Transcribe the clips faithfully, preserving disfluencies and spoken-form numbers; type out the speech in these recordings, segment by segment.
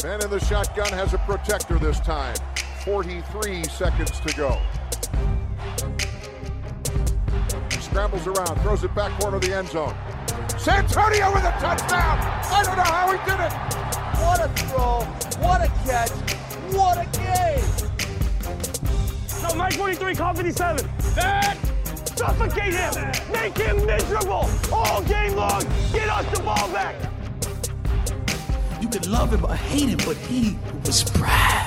Man in the shotgun has a protector this time. forty-three seconds to go. He scrambles around, throws it back corner of the end zone. Santonio with a touchdown! I don't know how he did it! What a throw, what a catch, what a game! No, Mike twenty-three, call fifty-seven. That! Suffocate him! Make him miserable! All game long! Get us the ball back! You could love him or hate him, but he was Brad.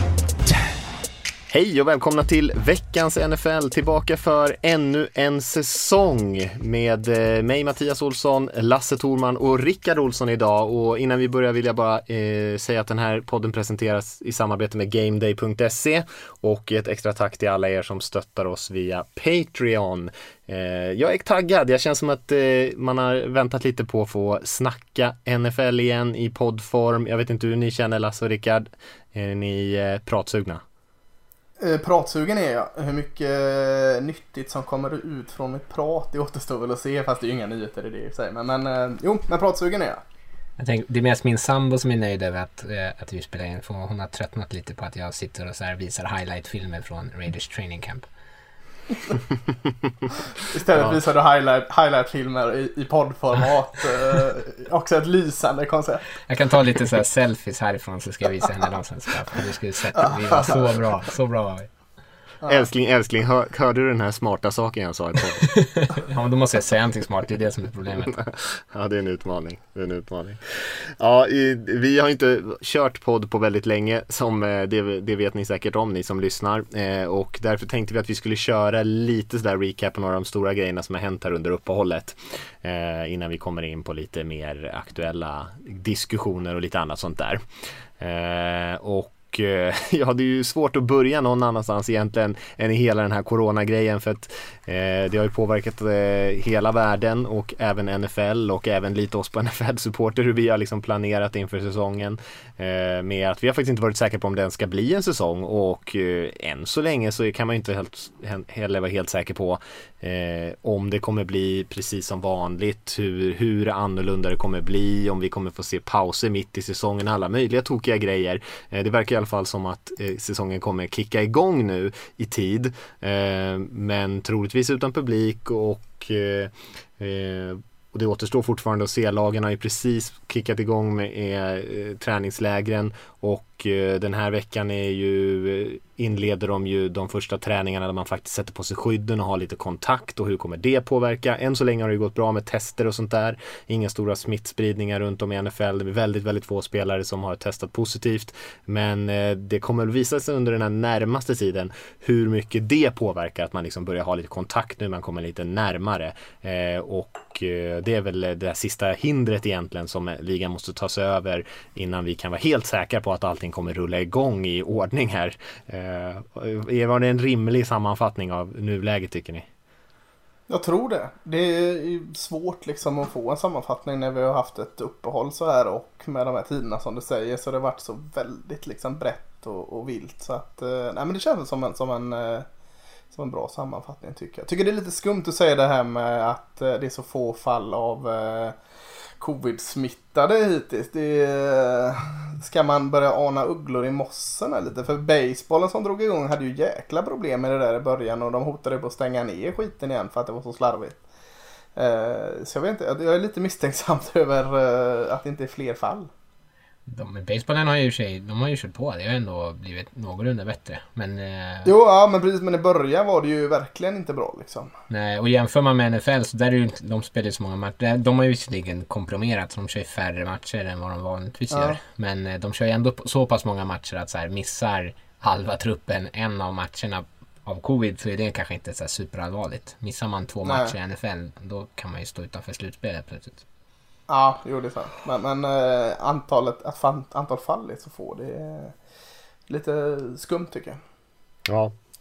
Hej och välkomna till veckans N F L, tillbaka för ännu en säsong med mig Mattias Olsson, Lasse Thorman och Rickard Olsson idag. Och innan vi börjar vill jag bara eh, säga att den här podden presenteras i samarbete med gameday punkt se och ett extra tack till alla er som stöttar oss via Patreon. Eh, jag är taggad, jag känner som att eh, man har väntat lite på att få snacka N F L igen i poddform. Jag vet inte hur ni känner, Lasse och Rickard, är ni eh, pratsugna? Pratsugen är jag. Hur mycket nyttigt som kommer ut från mitt prat, det återstår väl att se, fast det är ju inga nyheter i det i sig. Men, men jo, men pratsugen är jag. Jag tänker, det är mest min sambo som är nöjd över att, att vi spelar in, för hon har tröttnat lite på att jag sitter och så här visar highlight-filmer från Raiders Training Camp. Istället ja. visar du highlight, highlight-filmer i, i poddformat. eh, också ett lysande koncept. Jag kan ta lite så här selfies härifrån, så ska jag visa henne dem sen. Du skulle sätta, vi var så bra, så bra var vi. Ja. Älskling, älskling, hör, hörde du den här smarta saken jag sa i podden? Ja, men då måste jag säga någonting smart, det är det som är problemet. Ja, det är en utmaning. Det är en utmaning. Ja, i, vi har inte kört podd på väldigt länge, som det, det vet ni säkert om, ni som lyssnar. Eh, och därför tänkte vi att vi skulle köra lite sådär recap på några av de stora grejerna som har hänt här under uppehållet. Eh, innan vi kommer in på lite mer aktuella diskussioner och lite annat sånt där. Eh, och ja, det är ju svårt att börja någon annanstans egentligen än i hela den här coronagrejen, för att eh, det har ju påverkat eh, hela världen och även N F L och även lite oss på N F L-supporter, hur vi har liksom planerat inför säsongen eh, med att vi har faktiskt inte varit säkra på om den ska bli en säsong, och eh, än så länge så kan man ju inte helt, heller vara helt säker på eh, om det kommer bli precis som vanligt, hur, hur annorlunda det kommer bli, om vi kommer få se pauser mitt i säsongen, alla möjliga tokiga grejer. Eh, det verkar i alla fall som att eh, säsongen kommer kicka igång nu i tid, eh, men troligtvis utan publik, och eh, eh, och det återstår fortfarande att se. Lagen har ju precis kickat igång med eh, träningslägren, och eh, den här veckan är ju eh, inleder de ju de första träningarna där man faktiskt sätter på sig skydden och har lite kontakt, och hur kommer det påverka? Än så länge har det gått bra med tester och sånt där. Inga stora smittspridningar runt om i N F L. Det är väldigt, väldigt få spelare som har testat positivt, men eh, det kommer att visa sig under den här närmaste tiden hur mycket det påverkar, att man liksom börjar ha lite kontakt nu, man kommer lite närmare. Eh, och eh, det är väl det där sista hindret egentligen som ligan måste ta sig över innan vi kan vara helt säkra på att allting kommer rulla igång i ordning här. Eh, var det en rimlig sammanfattning av nuläget, tycker ni? Jag tror det. Det är svårt liksom att få en sammanfattning när vi har haft ett uppehåll så här, och med de här tiderna som du säger, så det har varit så väldigt liksom brett och, och vilt, så att nej, men det känns som en, som en som en bra sammanfattning, tycker jag. Tycker det är lite skumt att säga det här med att det är så få fall av covid-smittade hittills. Det, ska man börja ana ugglor i mossen lite? För basebollen som drog igång hade ju jäkla problem med det där i början, och de hotade på att stänga ner skiten igen för att det var så slarvigt. Så jag vet inte, jag är lite misstänksamt över att det inte är fler fall. De, basebollen har ju sig, de har ju kört på, det har ändå blivit någorlunda bättre. Men, eh, jo, ja, men precis, men i början var det ju verkligen inte bra liksom. Nej, och jämför man med N F L så där är ju, de spelar ju så många matcher. De har ju visserligen komprimerat, så de kör färre matcher än vad de vanligtvis ja. gör. Men eh, de kör ju ändå så pass många matcher att så här, missar halva truppen en av matcherna av covid, så är det kanske inte så här superallvarligt. Missar man två Nej. matcher i N F L, då kan man ju stå utanför slutspelet plötsligt. Ja, jo, det är sant. Men, men äh, antalet, att fan, antal fall är så få, det är lite skumt, tycker jag. Ja,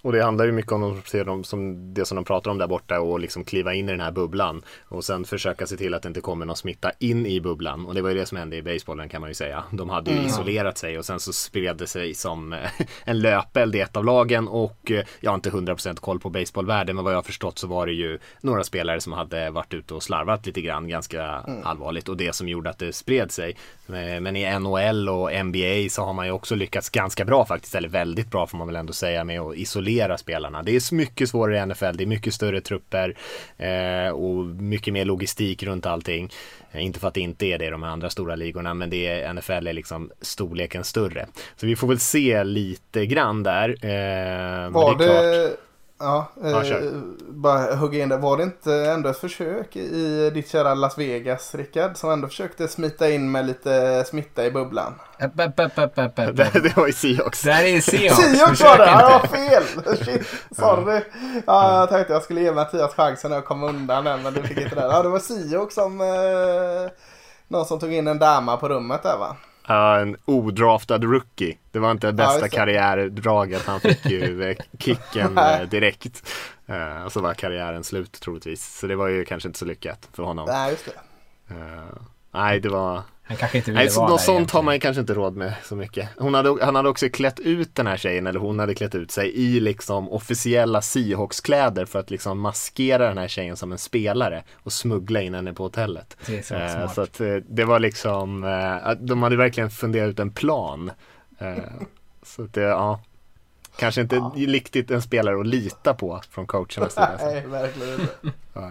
Och det handlar ju mycket om de, som det som de pratar om där borta och liksom kliva in i den här bubblan och sen försöka se till att det inte kommer någon smitta in i bubblan. Och det var ju det som hände i basebollen, kan man ju säga. De hade ju mm. isolerat sig och sen så spred det sig som en löpeld i ett av lagen och jag har inte hundra procent koll på baseballvärlden, men vad jag har förstått så var det ju några spelare som hade varit ute och slarvat lite grann, ganska mm. allvarligt, och det som gjorde att det spred sig. Men i N H L och N B A så har man ju också lyckats ganska bra faktiskt, eller väldigt bra får man väl ändå säga, med att isolera spelarna. Det är så mycket svårare i N F L, det är mycket större trupper eh, och mycket mer logistik runt allting. Eh, inte för att det inte är det i de andra stora ligorna, men det är, N F L är liksom storleken större. Så vi får väl se lite grann där. Eh, var men det är det... klart. Ja, ja eh, bara hugga in det. Var det inte ändå ett försök i ditt kära Las Vegas, Rickard, som ändå försökte smita in med lite smitta i bubblan? App, app, app, app, app, app. Det, det var i Seahawks. Det här är Seahawks. Seahawks var det, ja, fel. Shit, sorry. Ja, jag tänkte jag skulle ge Mattias chansen att komma undan den, men du fick inte det. Ja, det var Seahawks som eh, någon som tog in en dama på rummet där, va? Ja, en odraftad rookie. Det var inte bästa ja, karriärdraget. Han fick ju kicken direkt. Uh, och så var karriären slut troligtvis. Så det var ju kanske inte så lyckat för honom. Nej, just det. Uh, nej, det var... Han kanske inte ville nej, så, vara något där sånt egentligen. har man kanske inte råd med så mycket. Hon hade, han hade också klätt ut den här tjejen, eller hon hade klätt ut sig i liksom officiella Seahawks-kläder för att liksom maskera den här tjejen som en spelare och smuggla in henne på hotellet. Det är så, uh, smart. så att uh, det var liksom uh, de hade verkligen funderat ut en plan. Uh, så att det, ja, kanske inte ja. riktigt en spelare att lita på från coachernas sida. Nej, verkligen inte. Ja.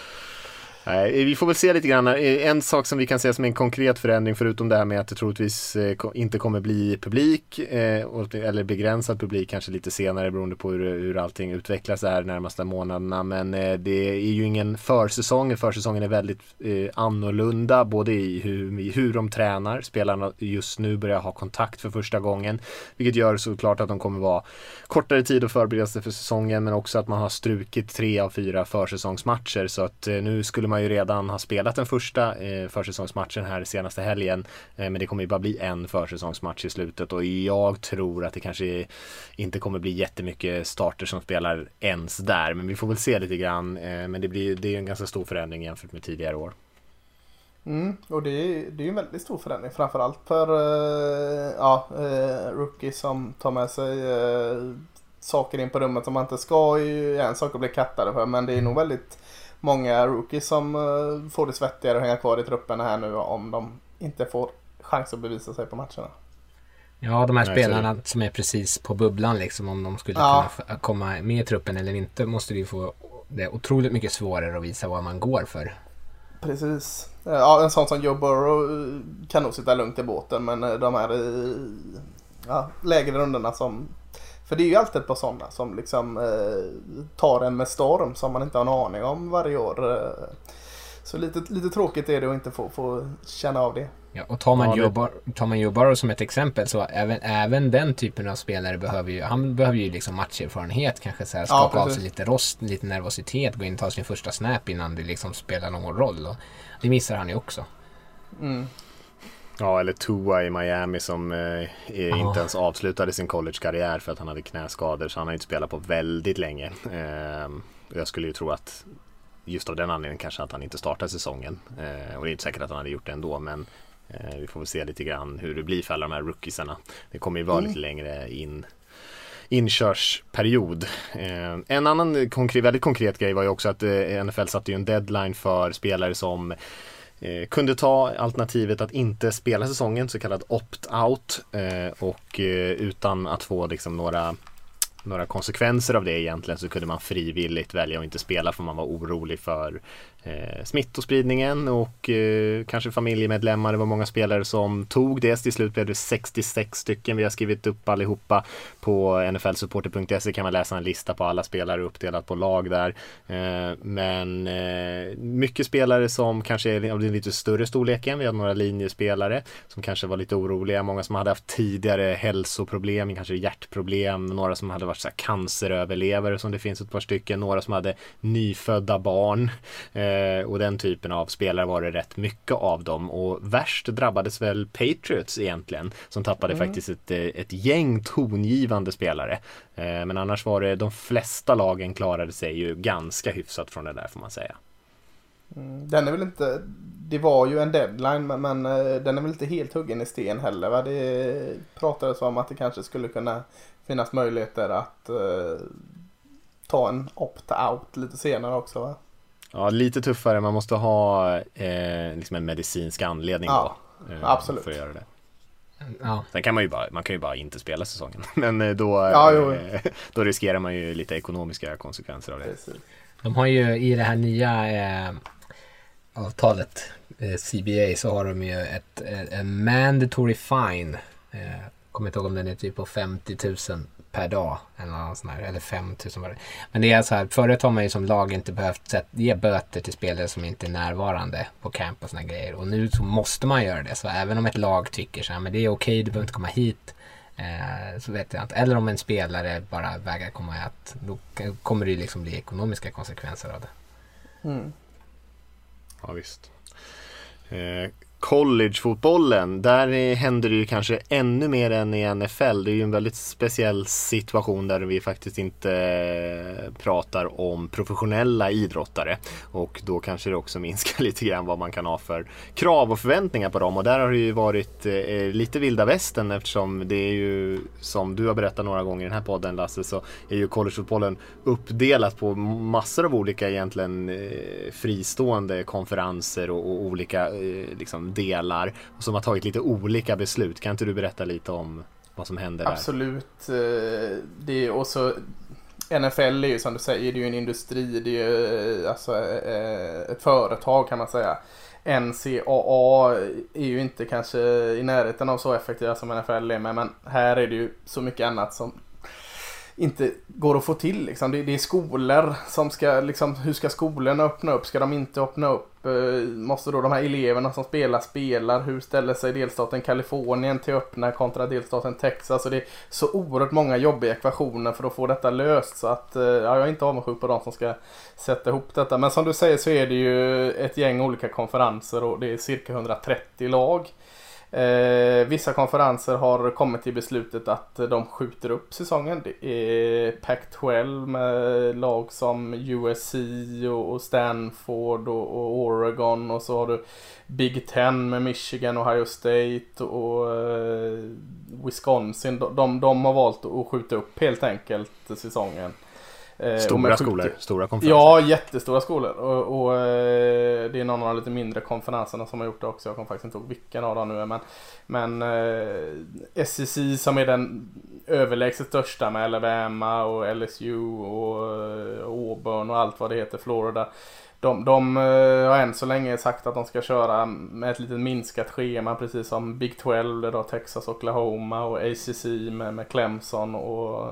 Nej, vi får väl se lite grann. En sak som vi kan säga som en konkret förändring, förutom det här med att det troligtvis inte kommer bli publik eller begränsad publik kanske lite senare beroende på hur, hur allting utvecklas här närmaste månaderna, men det är ju ingen försäsong. Försäsongen är väldigt eh, annorlunda både i hur, i hur de tränar. Spelarna just nu börjar ha kontakt för första gången, vilket gör såklart att de kommer vara kortare tid att förbereda sig för säsongen, men också att man har strukit tre av fyra försäsongsmatcher, så att eh, nu skulle man ju redan ha spelat den första eh, försäsongsmatchen här senaste helgen, eh, men det kommer ju bara bli en försäsongsmatch i slutet, och jag tror att det kanske inte kommer bli jättemycket starter som spelar ens där, men vi får väl se lite grann, eh, men det blir det är en ganska stor förändring jämfört med tidigare år. Mm, och det är, det är ju en väldigt stor förändring, framförallt för uh, ja, uh, rookies som tar med sig uh, saker in på rummet som man inte ska, är ju en sak att bli kattade för, men det är nog väldigt många rookies som uh, får det svettigare att hänga kvar i trupperna här nu om de inte får chans att bevisa sig på matcherna. Ja, de här Nej, spelarna som är precis på bubblan liksom, om de skulle ja. kunna f- komma med i truppen eller inte, måste vi få det otroligt mycket svårare att visa vad man går för. Precis. Ja, en sån som Joe Burrow kan nog sitta lugnt i båten, men de här ja, lägre rundorna som... För det är ju alltid på sådana som liksom eh, tar en med storm som man inte har en aning om varje år. Eh. Så lite, lite tråkigt är det att inte få, få känna av det. Ja, och tar man, ja, Joe, Bur- tar man Joe Burrow som ett exempel, så även, även den typen av spelare behöver ju, han behöver ju liksom matcherfarenhet, kanske så här, skapa ja, av sig lite rost, lite nervositet, gå in och ta sin första snap innan det liksom spelar någon roll, och det missar han ju också. Mm. Ja, eller Tua i Miami som eh, inte oh. ens avslutade sin collegekarriär för att han hade knäskador, så han har inte spelat på väldigt länge. Eh, jag skulle ju tro att just av den anledningen kanske att han inte startar säsongen, eh, och det är inte säkert att han hade gjort det ändå, men eh, vi får väl se lite grann hur det blir för alla de här rookiesarna. Det kommer ju vara mm. lite längre in inkörsperiod. Eh, en annan konkret, väldigt konkret grej var ju också att eh, N F L satte ju en deadline för spelare som Eh, kunde ta alternativet att inte spela säsongen, så kallad opt-out, eh, och eh, utan att få liksom några några konsekvenser av det egentligen, så kunde man frivilligt välja att inte spela för man var orolig för eh, smittospridningen och eh, kanske familjemedlemmar. Det var många spelare som tog det. Till slut blev det sextiosex stycken. Vi har skrivit upp allihopa på N F L supporter punkt se, kan man läsa en lista på alla spelare uppdelat på lag där. Eh, men eh, mycket spelare som kanske är av den lite större storleken. Vi hade några linjespelare som kanske var lite oroliga. Många som hade haft tidigare hälsoproblem, kanske hjärtproblem. Några som hade varit så här canceröverlevare som det finns ett par stycken. Några som hade nyfödda barn. Eh, Eh, och den typen av spelare var det rätt mycket av dem. Och värst drabbades väl Patriots egentligen, som tappade mm. faktiskt ett, ett gäng tongivande spelare. Eh, men annars var det, de flesta lagen klarade sig ju ganska hyfsat från det där, får man säga. Mm, den är väl inte, det var ju en deadline, men, men den är väl inte helt huggen i sten heller, va? Det pratades om att det kanske skulle kunna finnas möjligheter att uh, ta en opt-out lite senare också, va? Ja, lite tuffare. Man måste ha eh, liksom en medicinsk anledning ja, då, eh, absolut. för att göra det. Ja. Sen kan man ju bara, man kan ju bara inte spela säsongen. Men då, ja, eh, då riskerar man ju lite ekonomiska konsekvenser av det. Precis. De har ju i det här nya eh, avtalet eh, C B A, så har de ju ett eh, mandatory fine. Eh, kommer inte ihåg om den är typ på femtio tusen per dag eller något sånt här, eller fem tusen var det. Men det är så här, förut har man ju som lag inte behövt sätt, ge böter till spelare som inte är närvarande på camp och såna grejer. Och nu så måste man göra det. Så även om ett lag tycker så här, men det är okej, du behöver inte komma hit, eh, så vet jag inte. Eller om en spelare bara vägrar komma hit, då kommer det ju liksom bli ekonomiska konsekvenser av det. Mm. Ja, visst. Eh, collegefotbollen, där händer det ju kanske ännu mer än i N F L. Det är ju en väldigt speciell situation där vi faktiskt inte pratar om professionella idrottare, och då kanske det också minskar lite grann vad man kan ha för krav och förväntningar på dem, och där har det ju varit eh, lite vilda västern, eftersom det är ju, som du har berättat några gånger i den här podden, Lasse, så är ju collegefotbollen uppdelat på massor av olika egentligen eh, fristående konferenser och, och olika eh, liksom delar, och som har tagit lite olika beslut. Kan inte du berätta lite om vad som händer där? Absolut. Det är också, N F L är ju som du säger, det är ju en industri, det är ju alltså ett företag kan man säga. N C A A är ju inte kanske i närheten av så effektiva som N F L är, men här är det ju så mycket annat som inte går att få till liksom. det, det är skolor som ska liksom, hur ska skolorna öppna upp, ska de inte öppna upp, måste då de här eleverna som spelar spelar, hur ställer sig delstaten Kalifornien till öppna kontra delstaten Texas, och det är så oerhört många jobbiga ekvationer för att få detta löst, så att ja, jag är inte avundsjuk på de som ska sätta ihop detta, men som du säger så är det ju ett gäng olika konferenser och det är cirka hundratrettio lag. Eh, vissa konferenser har kommit till beslutet att de skjuter upp säsongen. Det är Pac tolv med lag som U S C och, och Stanford och, och Oregon, och så har du Big Ten med Michigan, Ohio State och eh, Wisconsin. De, de, de har valt att skjuta upp helt enkelt säsongen. Stora skolor, stora konferenser. Ja, jättestora skolor. Och, och det är någon av de lite mindre konferenserna som har gjort det också. Jag kommer faktiskt inte ihåg vilken av dem nu är. Men, men eh, S E C som är den överlägset största med Alabama och L S U och, och Auburn och allt vad det heter, Florida. De, de har än så länge sagt att de ska köra med ett lite minskat schema, precis som Big tolv, där då Texas, Oklahoma, och A C C med, med Clemson och...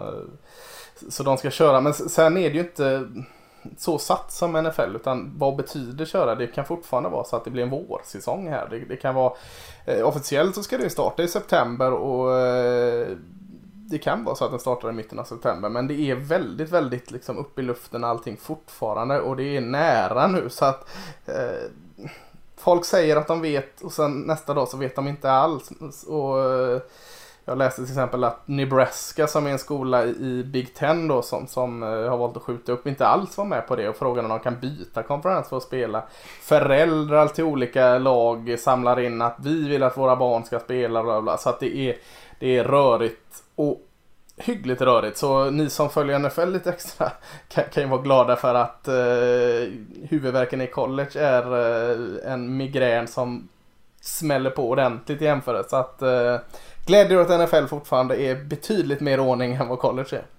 Så de ska köra, men sen är det ju inte så satt som N F L, utan vad betyder köra? Det kan fortfarande vara så att det blir en vårsäsong här. Det, det kan vara, eh, officiellt så ska det starta i september, och eh, det kan vara så att den startar i mitten av september, men det är väldigt, väldigt liksom upp i luften allting fortfarande, och det är nära nu, så att eh, folk säger att de vet, och sen nästa dag så vet de inte alls, och eh, jag läste till exempel att Nebraska, som är en skola i Big Ten då, som, som har valt att skjuta upp, inte alls var med på det, och frågan om de kan byta konferens för att spela. Föräldrar till olika lag samlar in att vi vill att våra barn ska spela, bla bla, så att det är, det är rörigt och hyggligt rörigt. Så ni som följer N F L lite extra kan, kan ju vara glada för att eh, huvudvärken i college är eh, en migrän som smäller på ordentligt i jämförelse. Så att eh, glädjer att N F L fortfarande är betydligt mer ordning än vad college är.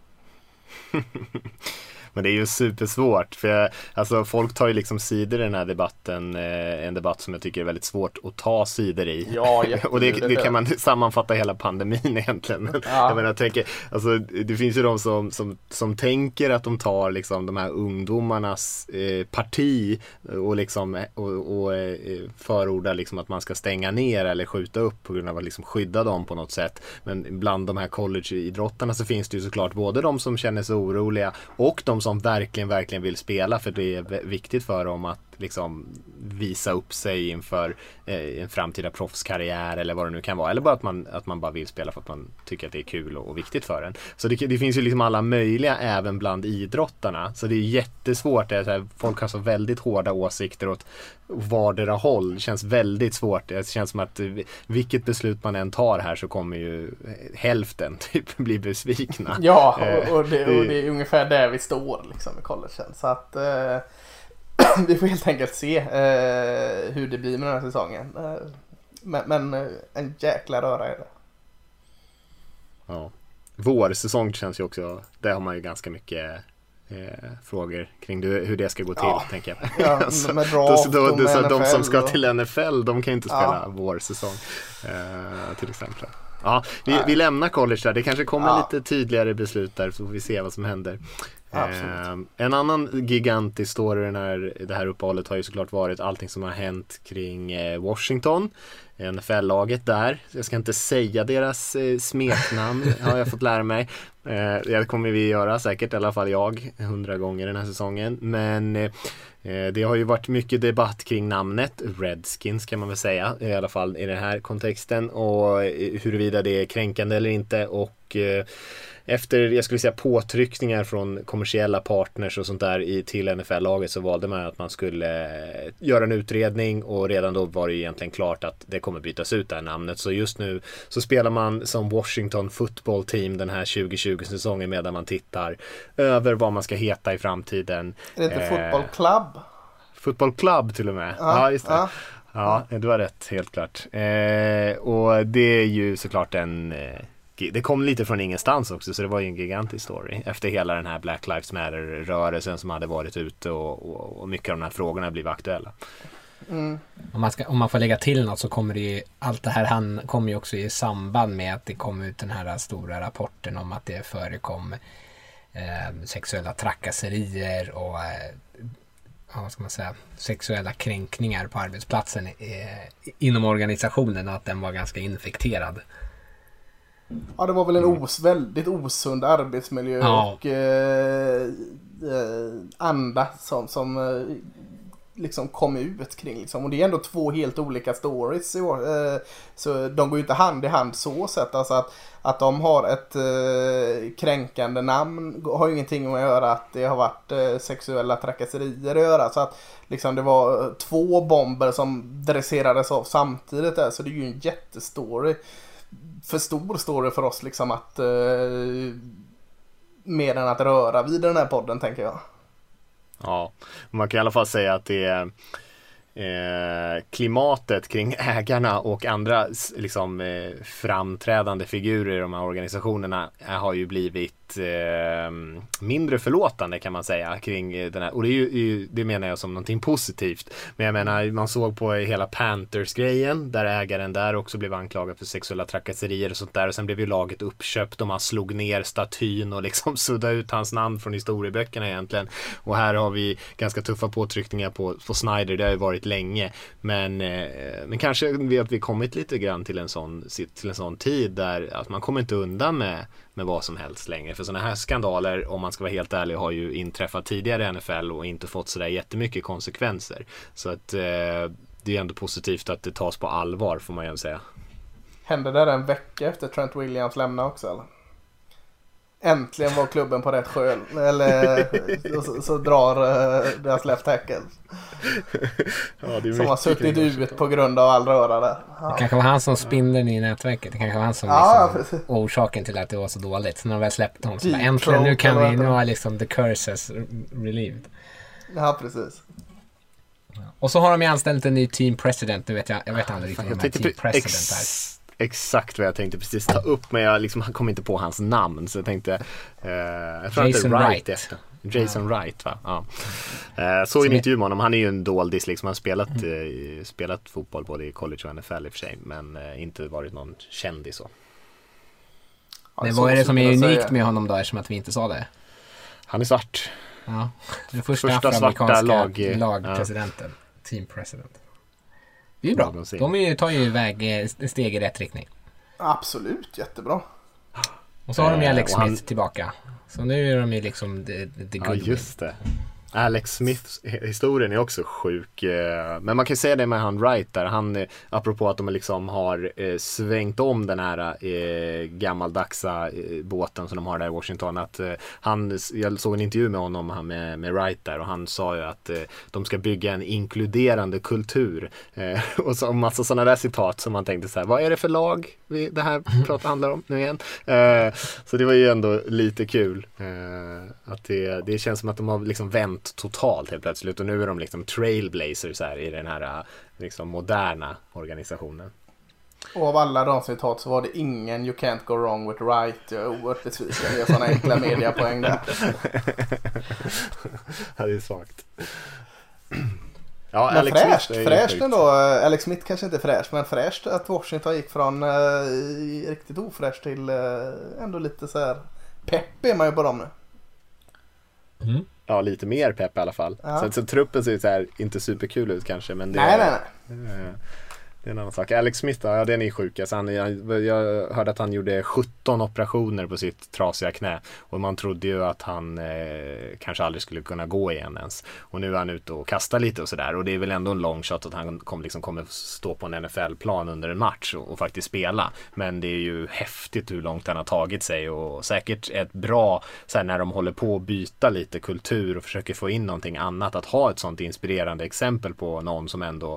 Men det är ju supersvårt, för jag, alltså, folk tar ju liksom sidor i den här debatten, eh, en debatt som jag tycker är väldigt svårt att ta sidor i. Ja, och det, det kan man sammanfatta hela pandemin egentligen. Ja. Jag menar, jag tänker, alltså, det finns ju de som, som, som tänker att de tar liksom de här ungdomarnas eh, parti och, liksom, och, och eh, förordar liksom att man ska stänga ner eller skjuta upp på grund av att liksom skydda dem på något sätt. Men bland de här collegeidrottarna så finns det ju såklart både de som känner sig oroliga och de som verkligen, verkligen vill spela, för det är viktigt för dem att liksom visa upp sig inför eh, en framtida proffskarriär eller vad det nu kan vara, eller bara att man, att man bara vill spela för att man tycker att det är kul och, och viktigt för en. Så det, det finns ju liksom alla möjliga även bland idrottarna, så det är jättesvårt. Det är så här, folk har så väldigt hårda åsikter åt vardera håll. Det känns väldigt svårt. Det känns som att vilket beslut man än tar här så kommer ju hälften typ bli besvikna. Ja, och, och, det, och det är ungefär där vi står liksom i collegen. Så att eh, vi får helt enkelt se eh, hur det blir med den här säsongen. Eh, men, men en jäkla röra är det. Ja. Vår säsong känns ju också, där har man ju ganska mycket eh, frågor kring det, hur det ska gå till, ja. tänker jag. Ja, alltså, med draft då, då, och med så N F L de som ska och... till N F L, de kan ju inte spela ja. vår säsong eh, till exempel. Ja, vi, vi lämnar college där. Det kanske kommer ja. lite tydligare beslut där, så får vi se vad som händer. Eh, en annan gigantisk story den här, det här uppehållet har ju såklart varit allting som har hänt kring eh, Washington, N F L-laget där. Jag ska inte säga deras eh, smeknamn, har jag fått lära mig. Eh, det kommer vi göra säkert, i alla fall jag, hundra gånger den här säsongen. Men eh, det har ju varit mycket debatt kring namnet Redskins, kan man väl säga, i alla fall i den här kontexten, och huruvida det är kränkande eller inte. Och eh, efter, jag skulle säga, påtryckningar från kommersiella partners och sånt där i, till N F L-laget, så valde man att man skulle göra en utredning, och redan då var det egentligen klart att det kommer bytas ut det här namnet. Så just nu så spelar man som Washington Football Team den här tjugo tjugo-säsongen, medan man tittar över vad man ska heta i framtiden. Är det inte eh, Football Club? Football Club till och med. Ja, ja just det. Ja. Ja, du har rätt, helt klart. Eh, och det är ju såklart en... Eh, det kom lite från ingenstans också, så det var ju en gigantisk story efter hela den här Black Lives Matter-rörelsen som hade varit ute, och, och, och mycket av de här frågorna blev aktuella. Mm. Om, man ska, om man får lägga till något, så kommer det ju, allt det här han kommer ju också i samband med att det kom ut den här stora rapporten om att det förekom eh, sexuella trakasserier och eh, vad ska man säga, sexuella kränkningar på arbetsplatsen eh, inom organisationen, och att den var ganska infekterad. Ja, det var väl en os, väldigt osund arbetsmiljö ja. och eh, eh, anda som, som eh, liksom kom ut kring. Liksom. Och det är ändå två helt olika stories. Eh, så de går ju inte hand i hand så sett. Alltså att, att de har ett eh, kränkande namn har ju ingenting att göra att det har varit eh, sexuella trakasserier att göra. Så att liksom, det var två bomber som dresserades av samtidigt där. Så det är ju en jättestory. För stor story för oss liksom att eh, mer än att röra vid den här podden, tänker jag. Ja, man kan i alla fall säga att det är eh, klimatet kring ägarna och andra liksom eh, framträdande figurer i de här organisationerna har ju blivit eh, mindre förlåtande, kan man säga, kring den här, och det, är ju, det menar jag som någonting positivt. Men jag menar, man såg på hela Panthers-grejen där ägaren där också blev anklagad för sexuella trakasserier och sånt där, och sen blev ju laget uppköpt och man slog ner statyn och liksom sudda ut hans namn från historieböckerna egentligen. Och här har vi ganska tuffa påtryckningar på, på Snyder, det har ju varit länge, men, eh, men kanske vi att vi kommit lite grann till en sån, till en sån tid där att man kommer inte undan med med vad som helst längre. För sådana här skandaler, om man ska vara helt ärlig, har ju inträffat tidigare i N F L och inte fått sådär jättemycket konsekvenser. Så att eh, det är ändå positivt att det tas på allvar, får man ju säga. Hände det en vecka efter Trent Williams lämnade också, eller? Äntligen var klubben på rätt sköl. Eller så, så drar uh, deras left tackle. Ja, det är som har suttit ut på grund av all röra där. Ja. Det kanske var han som spindeln i nätverket. Det kanske var han som ja, liksom orsaken till att det var så dåligt. Så när de väl släppte honom så bara, äntligen, nu kan vi, nu har liksom the curses relieved. Ja, precis. Och så har de ju anställt en ny team president. Du vet jag, jag vet aldrig riktigt om de här team president ex- här. Exakt vad jag tänkte precis ta upp, men jag liksom kom inte på hans namn, så jag tänkte eh, jag tror Jason att Wright. Efter. Jason ja. Wright, va? Ja. Eh, så i en intervju med honom, han är ju en doldis liksom, han har spelat, mm. eh, spelat fotboll både i college och N F L i och för sig, men eh, inte varit någon kändis så. Ja, men vad är det som är unikt med honom då, eftersom att vi inte sa det? Han är svart. Ja, den första, första svarta lag, lagpresidenten, ja. Team president. Det är bra. De är, tar ju iväg steg i rätt riktning. Absolut, jättebra. Och så har de ju Alex Smith han... tillbaka. Så nu är de ju liksom the, the good ja, just det. Alex Smiths historien är också sjuk. Men man kan säga det med han Wright där. Han, apropå att de liksom har svängt om den här eh, gammaldagsa eh, båten som de har där i Washington. Att, eh, han, jag såg en intervju med honom han med, med Wright där och han sa ju att eh, de ska bygga en inkluderande kultur. Eh, och så en massa sådana där citat som man tänkte så här, vad är det för lag vi, det här pratet handlar om nu igen? Eh, så det var ju ändå lite kul. Eh, att det, det känns som att de har liksom vänt totalt helt plötsligt och nu är de liksom trailblazers här i den här liksom moderna organisationen. Och av alla de citat så var det ingen You can't go wrong with right. Jag är oerhört besviken. Jag gör sådana enkla mediapoäng där. Ja, det är svagt. Ja, men Alex fräscht, Smith fräscht ändå. Alex Smith kanske inte är fräscht, men fräscht att Washington gick från eh, riktigt ofräscht till eh, ändå lite så här pepp är man ju på dem nu. Mm. Ja, lite mer pepp i alla fall. Ja. Så, så truppen ser så här inte superkul ut kanske, men det nej, är, nej, nej. Eh, det är en annan sak. Alex Smith, ja den är sjuk. Alltså, han, jag, jag hörde att han gjorde sjutton operationer på sitt trasiga knä och man trodde ju att han eh, kanske aldrig skulle kunna gå igen ens. Och nu är han ute och kastar lite och sådär och det är väl ändå en long shot att han kom, liksom, kommer stå på en N F L-plan under en match och, och faktiskt spela. Men det är ju häftigt hur långt han har tagit sig och säkert ett bra så här, när de håller på att byta lite kultur och försöker få in någonting annat, att ha ett sånt inspirerande exempel på någon som ändå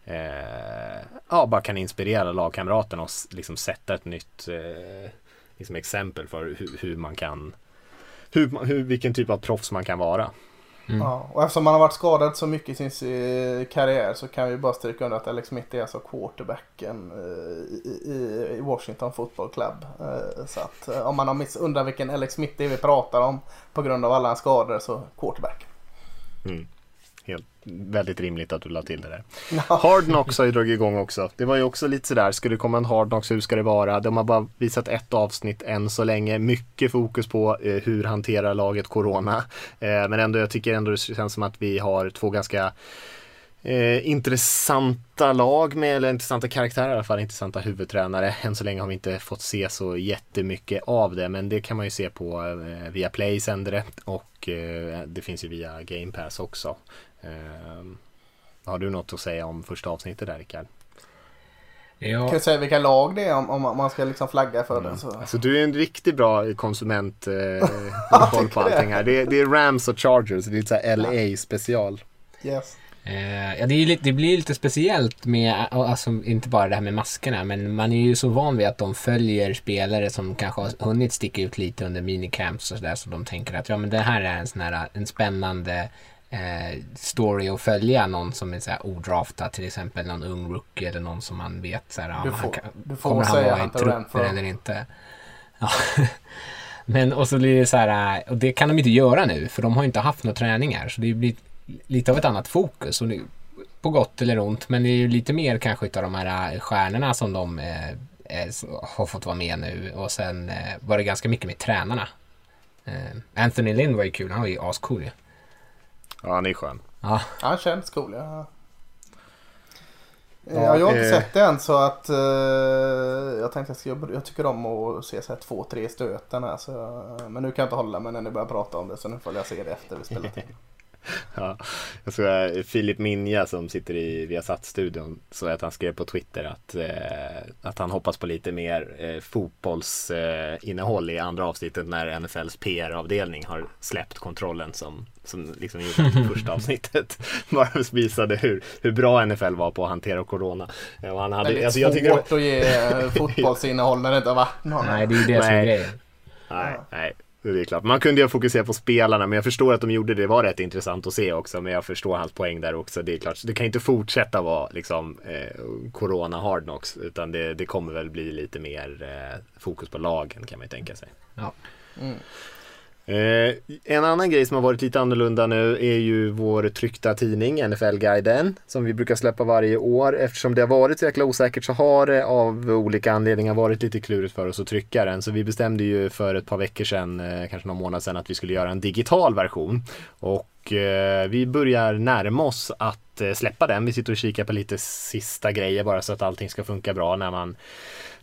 Eh, ja, bara kan inspirera lagkamraterna och liksom sätta ett nytt eh, liksom exempel för hur, hur man kan hur, hur, vilken typ av proffs man kan vara. Mm. Ja, och eftersom man har varit skadad så mycket i sin karriär så kan vi bara stryka under att Alex Smith är alltså quarterbacken eh, i, i Washington Football Club. Eh, så att eh, om man har miss undrar vilken Alex Smith det är vi pratar om på grund av alla hans skador så quarterback. Mm. Helt, väldigt rimligt att du la till det där. No. Hard Knocks har ju dragit igång också. Det var ju också lite sådär, ska det komma en Hard Knocks, hur ska det vara? De har bara visat ett avsnitt än så länge. Mycket fokus på eh, hur hanterar laget corona. Eh, men ändå, jag tycker ändå det känns som att vi har två ganska eh, intressanta lag med, eller intressanta karaktärer i alla fall, intressanta huvudtränare. Än så länge har vi inte fått se så jättemycket av det, men det kan man ju se på eh, via Play sänder det och eh, det finns ju via Game Pass också. Uh, har du något att säga om första avsnittet där, Rickard? Ja. Kan du säga vilka lag det är om, om man ska liksom flagga för mm. det? Så. Alltså, du är en riktigt bra konsument eh, koll på allting här. Det är, det är Rams och Chargers, det är lite så här L A special. Yes. Uh, ja, det, är lite, det blir lite speciellt med, alltså inte bara det här med maskerna, men man är ju så van vid att de följer spelare som kanske har hunnit sticka ut lite under minicamps och sådär, så de tänker att ja, men det här är en sån här en spännande Eh, story att följa någon som är så här odraftad, till exempel någon ung rookie eller någon som man vet så här, du får, han kan, du får kommer han vara i trupper eller inte. Ja. Men och så blir det så här, och det kan de inte göra nu för de har inte haft några träningar, så det blir lite av ett annat fokus och det, på gott eller ont, men det är ju lite mer kanske utav de här stjärnorna som de eh, eh, har fått vara med nu, och sen eh, var det ganska mycket med tränarna. eh, Anthony Lynn var ju kul, han var ju ascool ju. Ja, han är skön. Ja. Han känns cool, ja. Ja, jag har inte eh. sett det än, så att uh, jag tänkte att jag, jag tycker om att se så här två, tre stöten här, så, men nu kan jag inte hålla mig när ni börjar prata om det, så nu får jag se det efter vi spelar. Ja, jag såg Filip Minja som sitter i Viasat-studion, så att han skrev på Twitter att, eh, att han hoppas på lite mer eh, fotbollsinnehåll eh, i andra avsnittet när N F L:s P R-avdelning har släppt kontrollen som, som liksom gjorde första avsnittet. Bara visade hur, hur bra N F L var på att hantera corona. Och han hade, det är alltså, svårt jag tycker att ge fotbollsinnehåll när det inte har varit någon. Nej, det är ju det som är grejen. Nej, nej. Det är klart. Man kunde ju fokusera på spelarna, men jag förstår att de gjorde det. Det var rätt intressant att se också, men jag förstår hans poäng där också. Det är klart, det kan inte fortsätta vara liksom eh, corona hard knocks, utan det, det kommer väl bli lite mer eh, fokus på lagen, kan man ju tänka sig. Ja. Mm. Eh, en annan grej som har varit lite annorlunda nu är ju vår tryckta tidning N F L-guiden, som vi brukar släppa varje år. Eftersom det har varit så jäkla osäkert så har det av olika anledningar varit lite klurigt för oss att trycka den. Så vi bestämde ju för ett par veckor sedan, eh, kanske någon månad sedan, att vi skulle göra en digital version. Och eh, vi börjar närma oss att eh, släppa den. Vi sitter och kikar på lite sista grejer bara så att allting ska funka bra när man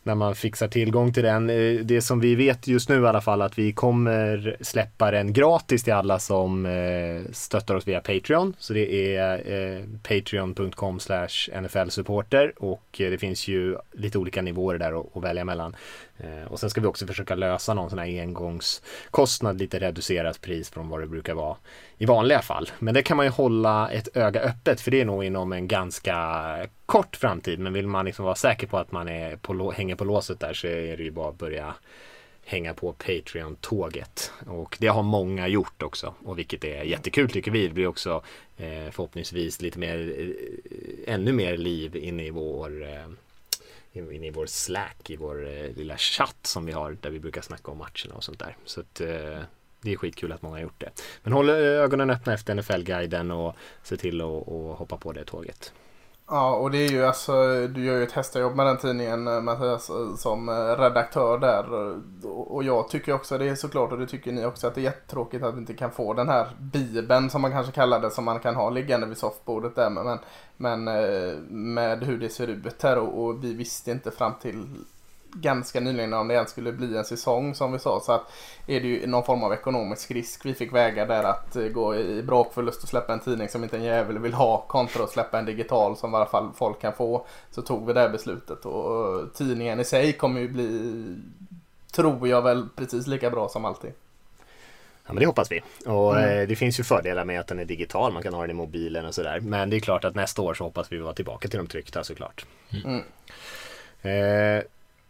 när man fixar tillgång till den. Det som vi vet just nu i alla fall, att vi kommer släppa den gratis till alla som stöttar oss via Patreon. Så det är patreon punkt com slash N F L supporter, och det finns ju lite olika nivåer där att, att välja mellan. Och sen ska vi också försöka lösa någon sån här engångskostnad, lite reducerat pris från vad det brukar vara i vanliga fall. Men det kan man ju hålla ett öga öppet, för det är nog inom en ganska kort framtid. Men vill man liksom vara säker på att man är på, hänger på låset där, så är det ju bara att börja hänga på Patreon-tåget. Och det har många gjort också, och vilket är jättekul tycker vi. Det blir också eh, förhoppningsvis lite mer, eh, ännu mer liv inne i vår eh, inne i vår Slack, i vår eh, lilla chatt som vi har, där vi brukar snacka om matcherna och sånt där. Så att, eh, det är skitkul att många har gjort det. Men håll ögonen öppna efter N F L-guiden och se till att och hoppa på det tåget. Ja, och det är ju alltså, du gör ju ett hästajobb med den tidningen, Mattias, som redaktör där, och jag tycker också det är såklart, och det tycker ni också, att det är jättetråkigt att vi inte kan få den här bibeln som man kanske kallar det, som man kan ha liggande vid soffbordet där, men, men med hur det ser ut här, och, och vi visste inte fram till ganska nyligen om det ens skulle bli en säsong, som vi sa, så att är det ju någon form av ekonomisk risk vi fick väga där, att gå i brakförlust och släppa en tidning som inte en jävel vill ha, kontra att släppa en digital som i alla fall folk kan få. Så tog vi det här beslutet, och tidningen i sig kommer ju bli, tror jag väl, precis lika bra som alltid. Ja, men det hoppas vi. Och mm. eh, det finns ju fördelar med att den är digital, man kan ha den i mobilen och sådär. Men det är klart att nästa år så hoppas vi vara tillbaka till de tryckta, såklart. Mm. Eh,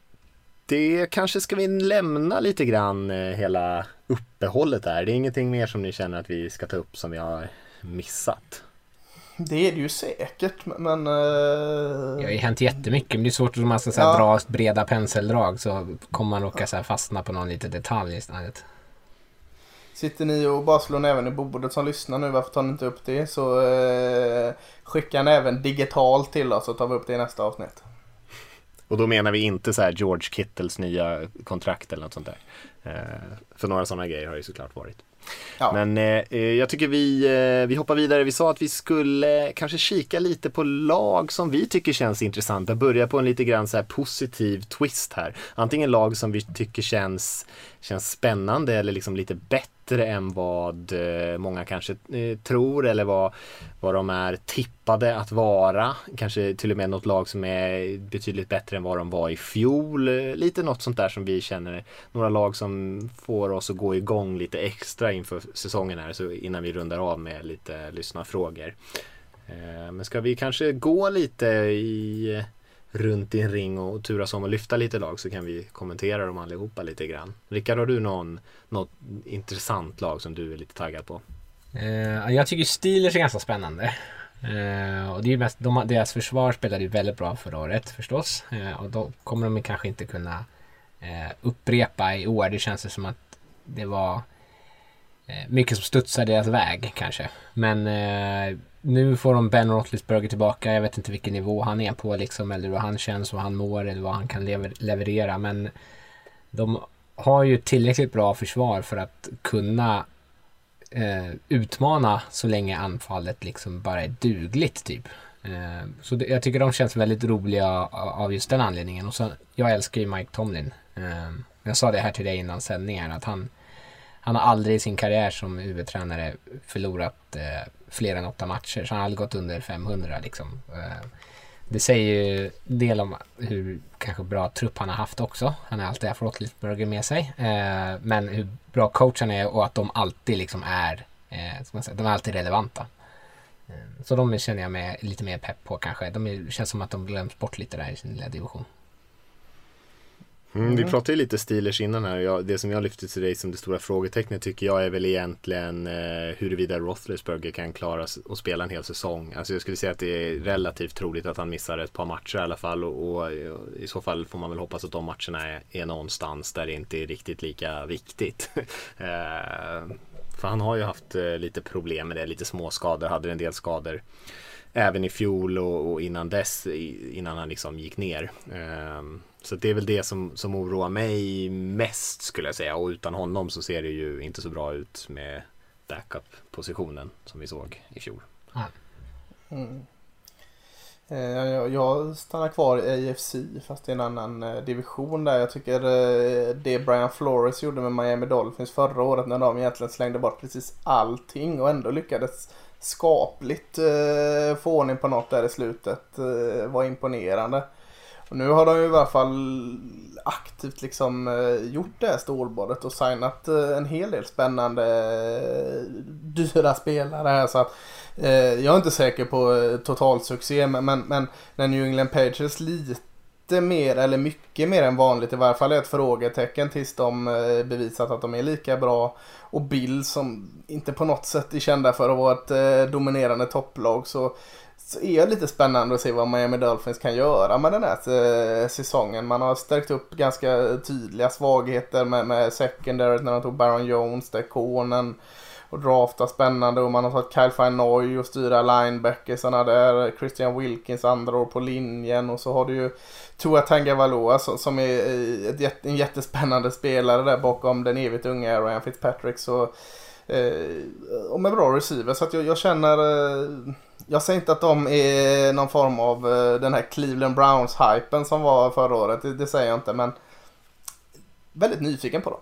Det kanske ska vi lämna lite grann hela uppehållet där. Det är ingenting mer som ni känner att vi ska ta upp som vi har missat? Det är det ju säkert, men... Uh... Det har ju hänt jättemycket, men det är svårt att man ska ja. dra breda penseldrag, så kommer man råka så här fastna på någon liten detalj istället. Sitter ni och bara slår näven i bordet som lyssnar nu, varför tar ni inte upp det? Så uh, skicka näven digitalt till oss, så tar vi upp det i nästa avsnitt. Och då menar vi inte så här George Kittles nya kontrakt eller något sånt där. Eh, för några sådana grejer har det såklart varit. Ja. Men eh, jag tycker vi, eh, vi hoppar vidare. Vi sa att vi skulle kanske kika lite på lag som vi tycker känns intressanta. Börja på en lite grann så här positiv twist här. Antingen lag som vi tycker känns, känns spännande eller liksom lite bättre än vad eh, många kanske eh, tror, eller vad, vad de är tippade att vara. Kanske till och med något lag som är betydligt bättre än vad de var i fjol. Lite något sånt där som vi känner. Några lag som får oss att gå igång lite extra inför säsongen här, så innan vi rundar av med lite lyssnarfrågor. Eh, men ska vi kanske gå lite i runt i en ring och turas om och lyfta lite lag, så kan vi kommentera dem allihopa lite grann. Rickard, har du någon, något intressant lag som du är lite taggad på? Eh, jag tycker Steelers är ganska spännande. Eh, och det är mest, de, deras försvar spelade ju väldigt bra förra året förstås. Eh, och då kommer de kanske inte kunna eh, upprepa i år. Det känns som att det var eh, mycket som studsar deras väg kanske. Men eh, nu får de Ben Roethlisberger tillbaka. Jag vet inte vilken nivå han är på liksom, eller hur han känns, vad han mår eller vad han kan lever- leverera. Men de har ju tillräckligt bra försvar för att kunna eh, utmana så länge anfallet liksom bara är dugligt typ. Eh, så det, jag tycker de känns väldigt roliga av just den anledningen. Och så, jag älskar ju Mike Tomlin. Eh, jag sa det här till dig innan sändningen, att han Han har aldrig i sin karriär som huvudtränare förlorat eh, fler än åtta matcher. Så han har aldrig gått under femhundra liksom. Eh, det säger ju en del om hur kanske bra trupp han har haft också. Han har alltid haft Roethlisberger med sig. Eh, men hur bra coach han är, och att de alltid liksom är, eh, ska man säga, de är alltid relevanta. Eh, så de känner jag mig lite mer pepp på kanske. De är, känns som att de glöms bort lite där i sin lilla division. Mm, vi pratade ju lite Steelers innan här. Jag, det som jag lyfte till dig som det stora frågetecknet tycker jag är väl egentligen eh, huruvida Roethlisberger kan klara och spela en hel säsong. Alltså jag skulle säga att det är relativt troligt att han missar ett par matcher i alla fall, och, och i så fall får man väl hoppas att de matcherna är, är någonstans där det inte är riktigt lika viktigt. eh, för han har ju haft eh, lite problem med det, lite små skador, hade en del skador även i fjol och, och innan dess, innan han liksom gick ner. Eh, Så det är väl det som, som oroar mig mest, skulle jag säga. Och utan honom så ser det ju inte så bra ut med backup-positionen som vi såg i fjol. Mm. Jag, jag stannar kvar i A F C fast i en annan division där. Jag tycker det Brian Flores gjorde med Miami Dolphins förra året när de egentligen slängde bort precis allting och ändå lyckades skapligt få ordning på något där i slutet var imponerande. Och nu har de ju i alla fall aktivt liksom gjort det här stålbadet och signat en hel del spännande dyra spelare här, så att eh, jag är inte säker på total succé, men, men när New England Patriots lite mer eller mycket mer än vanligt i varje fall är ett frågetecken tills de bevisat att de är lika bra, och Bill som inte på något sätt är kända för att vara ett eh, dominerande topplag, så Så är det lite spännande att se vad Miami Dolphins kan göra med den här säsongen. Man har stärkt upp ganska tydliga svagheter med, med secondary när de tog Baron Jones, där Konen och drafta spännande, och man har tagit Kyle Finoy och styra linebackersarna där, Christian Wilkins andra år på linjen, och så har du ju Tua Tagovailoa som är ett, en jättespännande spelare där bakom den evigt unga Ryan Fitzpatrick, så eh, och med bra receiver, så att jag, jag känner eh, jag säger inte att de är någon form av uh, den här Cleveland Browns-hypen som var förra året. Det, det säger jag inte, men väldigt nyfiken på dem.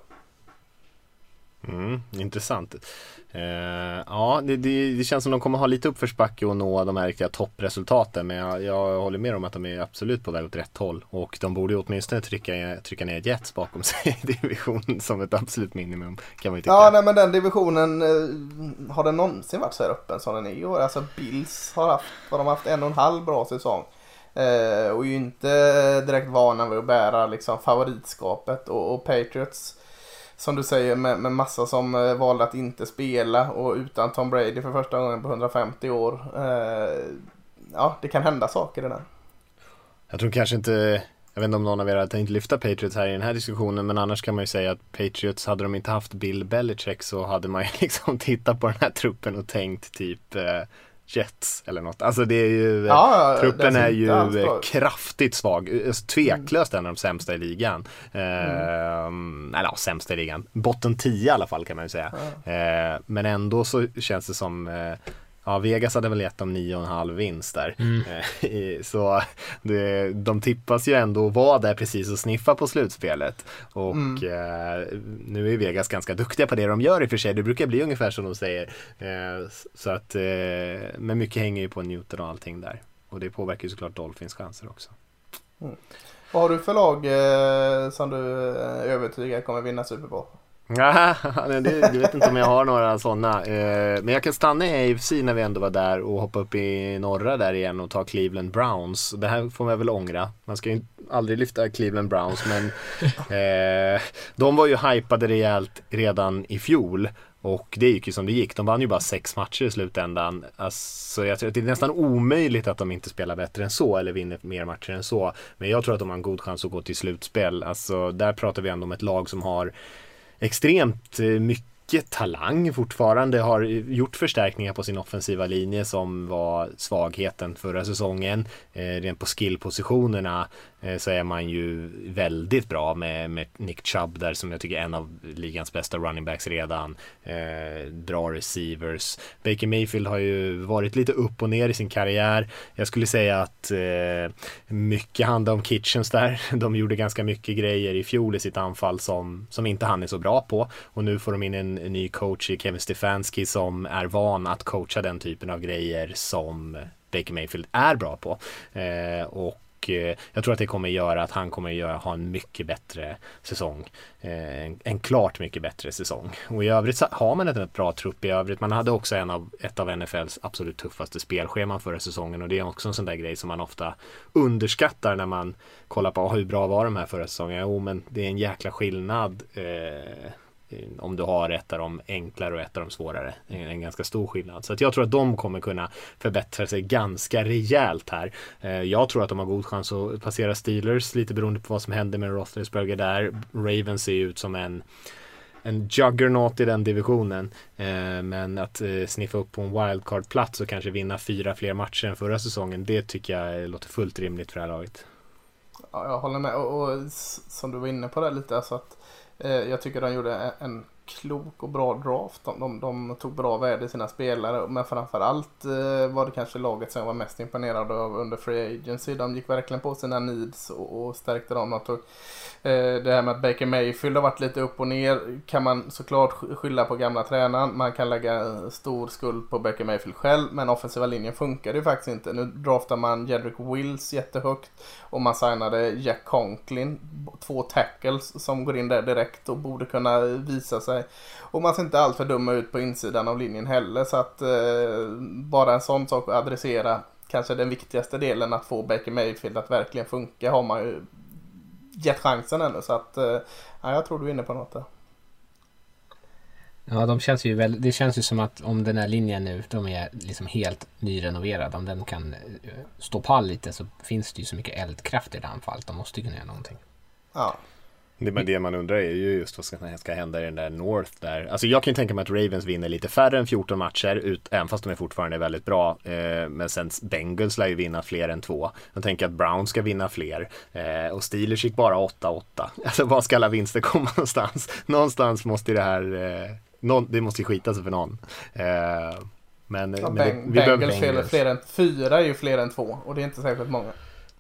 Mm, intressant. Uh, ja, det, det, det känns som de kommer ha lite uppförsbacke och nå de här riktiga toppresultaten, men jag, jag håller med om att de är absolut på väg åt rätt håll, och de borde åtminstone trycka, trycka ner Jets bakom sig i divisionen som ett absolut minimum, kan man ju tycka. Ja, nej, men den divisionen uh, har den någonsin varit så här öppen som den är i år. Alltså Bills har haft, har de haft en och en halv bra säsong uh, och är ju inte direkt vana vid att bära liksom favoritskapet, och, och Patriots som du säger med, med massa som eh, valde att inte spela, och utan Tom Brady för första gången på hundrafemtio år. Eh, ja, det kan hända saker i den. Jag tror kanske inte, jag vet inte om någon av er har tänkt lyfta Patriots här i den här diskussionen, men annars kan man ju säga att Patriots, hade de inte haft Bill Belichick så hade man ju liksom tittat på den här truppen och tänkt typ eh, Jets eller något. Alltså det är ju, ja, truppen är ju kraftigt svag, tveklöst en av de sämsta i ligan. Mm. Eh, eller ja, sämsta i ligan. Botten tio i alla fall kan man ju säga. Ja. Eh, men ändå så känns det som eh, ja, Vegas hade väl gett dem nio och en halv vinst där. Mm. Så det, de tippas ju ändå vara där precis och sniffa på slutspelet. Och mm. eh, nu är Vegas ganska duktiga på det de gör i och för sig. Det brukar bli ungefär som de säger. Eh, så att, eh, men mycket hänger ju på Newton och allting där. Och det påverkar ju såklart Dolphins chanser också. Mm. Vad har du för lag eh, som du är övertygad kommer vinna Super Bowl? Ja, det, du vet inte om jag har några sådana. Eh, men jag kan stanna i A F C när vi ändå var där och hoppa upp i norra där igen och ta Cleveland Browns. Det här får man väl ångra. Man ska ju aldrig lyfta Cleveland Browns, men eh, de var ju hypade rejält redan i fjol. Och det gick ju som det gick. De vann ju bara sex matcher i slutändan. Alltså jag tror att det är nästan omöjligt att de inte spelar bättre än så, eller vinner mer matcher än så. Men jag tror att de har en god chans att gå till slutspel. Alltså där pratar vi ändå om ett lag som har extremt mycket talang fortfarande, har gjort förstärkningar på sin offensiva linje som var svagheten förra säsongen. Eh, rent på skillpositionerna eh, så är man ju väldigt bra med, med Nick Chubb där, som jag tycker är en av ligans bästa running backs redan. Eh, bra receivers. Baker Mayfield har ju varit lite upp och ner i sin karriär. Jag skulle säga att eh, mycket handlar om Kitchens där. De gjorde ganska mycket grejer i fjol i sitt anfall som, som inte han är så bra på, och nu får de in en ny coach i Kevin Stefanski som är van att coacha den typen av grejer som Baker Mayfield är bra på. Eh, och eh, jag tror att det kommer göra att han kommer göra, ha en mycket bättre säsong. Eh, en, en klart mycket bättre säsong. Och i övrigt så har man ett bra trupp i övrigt. Man hade också en av, ett av N F L:s absolut tuffaste spelscheman förra säsongen, och det är också en sån där grej som man ofta underskattar när man kollar på hur bra var de här förra säsongen. Jo, men det är en jäkla skillnad eh, om du har ett av de enklare och ett av de svårare. En, en ganska stor skillnad. Så att jag tror att de kommer kunna förbättra sig ganska rejält här. Eh, jag tror att de har god chans att passera Steelers, lite beroende på vad som händer med Roethlisberger där. Ravens ser ut som en en juggernaut i den divisionen. Eh, men att eh, sniffa upp på en wildcard-plats och kanske vinna fyra fler matcher än förra säsongen, det tycker jag låter fullt rimligt för det här laget. Ja, jag håller med. Och, och som du var inne på det lite, alltså att Eh, jag tycker de gjorde en klok och bra draft. De, de, de tog bra värde i sina spelare, men framförallt eh, var det kanske laget som jag var mest imponerad av under Free Agency. De gick verkligen på sina needs och, och stärkte dem. De tog, eh, det här med att Baker Mayfield har varit lite upp och ner kan man såklart skylla på gamla tränaren. Man kan lägga stor skuld på Baker Mayfield själv, men offensiva linjen funkar ju faktiskt inte. Nu draftar man Jedrick Wills jättehögt och man signade Jack Conklin, två tackles som går in där direkt och borde kunna visa sig. Och man ser inte allt för dumma ut på insidan av linjen heller, så att eh, bara en sån sak att adressera, kanske den viktigaste delen, att få Baker Mayfield att verkligen funka, har man ju gett chansen ännu, så att eh, ja, jag tror du är inne på något där. Ja, de känns ju väl, det känns ju som att om den här linjen nu, de är liksom helt nyrenoverad, om den kan stå pall lite, så finns det ju så mycket eldkraft i det anfallet, de måste ju kunna göra någonting. Ja. Det, men det man undrar är ju just vad ska, ska hända i den där North där. Alltså jag kan ju tänka mig att Ravens vinner lite färre än fjorton matcher, ut, även fast de är fortfarande väldigt bra. Eh, men sen Bengals lär ju vinna fler än två. Jag tänker att Browns ska vinna fler. Eh, och Steelers gick bara åtta åtta. Alltså var ska alla vinster komma någonstans? Någonstans måste det här... Eh, någon, det måste ju skita sig för någon. Eh, men, ja, men Beng, det, vi Bengals fler, fler än fyra är ju fler än två. Och det är inte särskilt många.